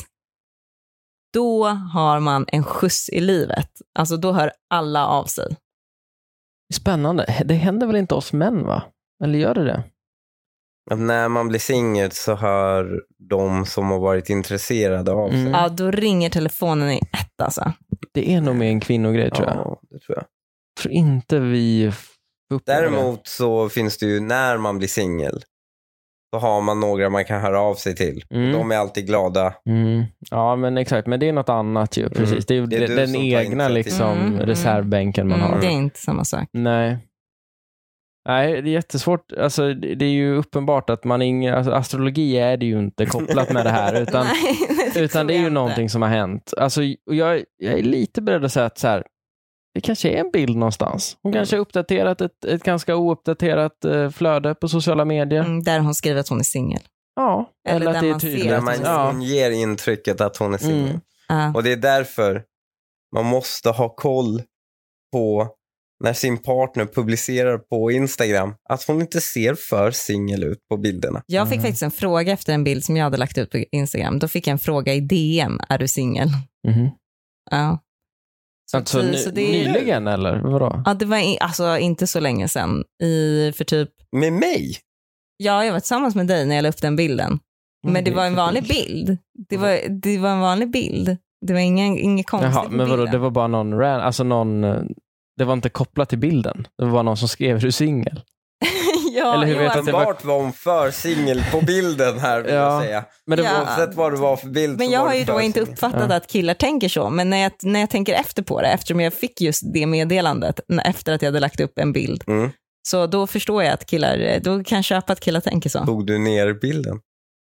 då har man en skjuts i livet. Alltså då hör alla av sig. Spännande. Det händer väl inte oss män, va? Eller gör det? Att när man blir singel så hör de som har varit intresserade av sig. Ja, då ringer telefonen i ett alltså. Det är nog mer en kvinnogrej, tror jag. Ja, det tror jag. Jag tror inte vi Däremot så finns det ju när man blir singel. Så har man några man kan höra av sig till. De är alltid glada. Ja, men exakt. Men det är något annat ju. Precis. Det är, det är den egna liksom, reservbänken man har. Det är inte samma sak. Nej, det är jättesvårt. Alltså, det är ju uppenbart att alltså, astrologi är det ju inte kopplat med det här. Utan, utan det är ju någonting som har hänt. Alltså, jag är lite beredd att säga att så här, det kanske är en bild någonstans. Hon kanske har uppdaterat ett ganska ouppdaterat flöde på sociala medier. Där hon skriver att hon är singel. Ja, eller att det är tydligt. Där man ger intrycket att hon är singel. Och det är därför man måste ha koll på när sin partner publicerar på Instagram att hon inte ser för singel ut på bilderna. Jag fick faktiskt en fråga efter en bild som jag hade lagt ut på Instagram. Då fick jag en fråga i DM. Är du singel? Ja. Så nyligen eller vadå? Ja, det var alltså inte så länge sedan. För typ... Med mig? Ja, jag var tillsammans med dig när jag la upp den bilden. Men det var en vanlig bild. Det var en vanlig bild. Det var inget konstigt. Jaha, men vadå, det var bara någon det var inte kopplat till bilden. Det var bara någon som skrev du singel. Ja, eller hur vet att vart var hon för singel på bilden här vill jag säga. Men oavsett vad det var för bild. Men jag har ju då inte uppfattat att killar tänker så. Men när jag tänker efter på det, eftersom jag fick just det meddelandet efter att jag hade lagt upp en bild. Så då förstår jag att killar, då kan jag köpa att killar tänker så. Tog du ner bilden?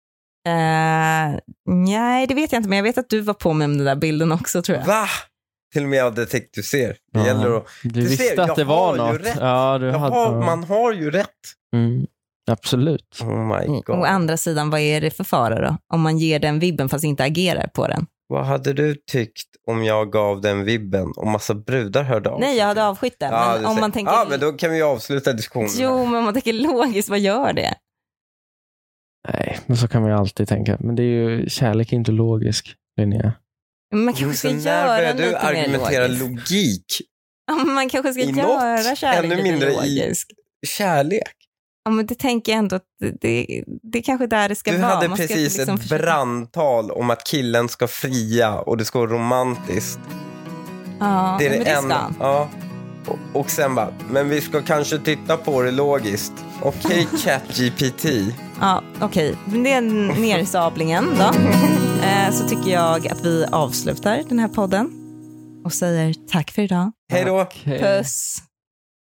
Nej, det vet jag inte. Men jag vet att du var på med den där bilden också, tror jag. Va? Till och med av detektiv ser. Det gäller att... Du visste att det var något. Ja, man har ju rätt. Absolut. Oh my God. Å andra sidan, vad är det för fara då? Om man ger den vibben fast inte agerar på den. Vad hade du tyckt om jag gav den vibben och massa brudar hörde av? Nej, jag hade avskytt den. Ja, men om man tänker... Ja, men då kan vi avsluta diskussionen. Jo, men om man tänker logiskt, vad gör det? Nej, men så kan man ju alltid tänka. Men det är ju, kärlek är inte logisk, Linnea. Man kanske ska göra du argumentera logik. Man kanske ska göra kärlek ännu mindre logisk. I kärlek. Ja, men det tänker jag ändå att det är kanske där det ska vara. Du hade man precis liksom ett brandtal om att killen ska fria och det ska vara romantiskt. Ja, det är men det ska han. Ja. Och sen bara, men vi ska kanske titta på det logiskt. Okej, ChatGPT. Ja, okej. Men det är nersablingen då. Så tycker jag att vi avslutar den här podden och säger tack för idag. Hej då. Puss.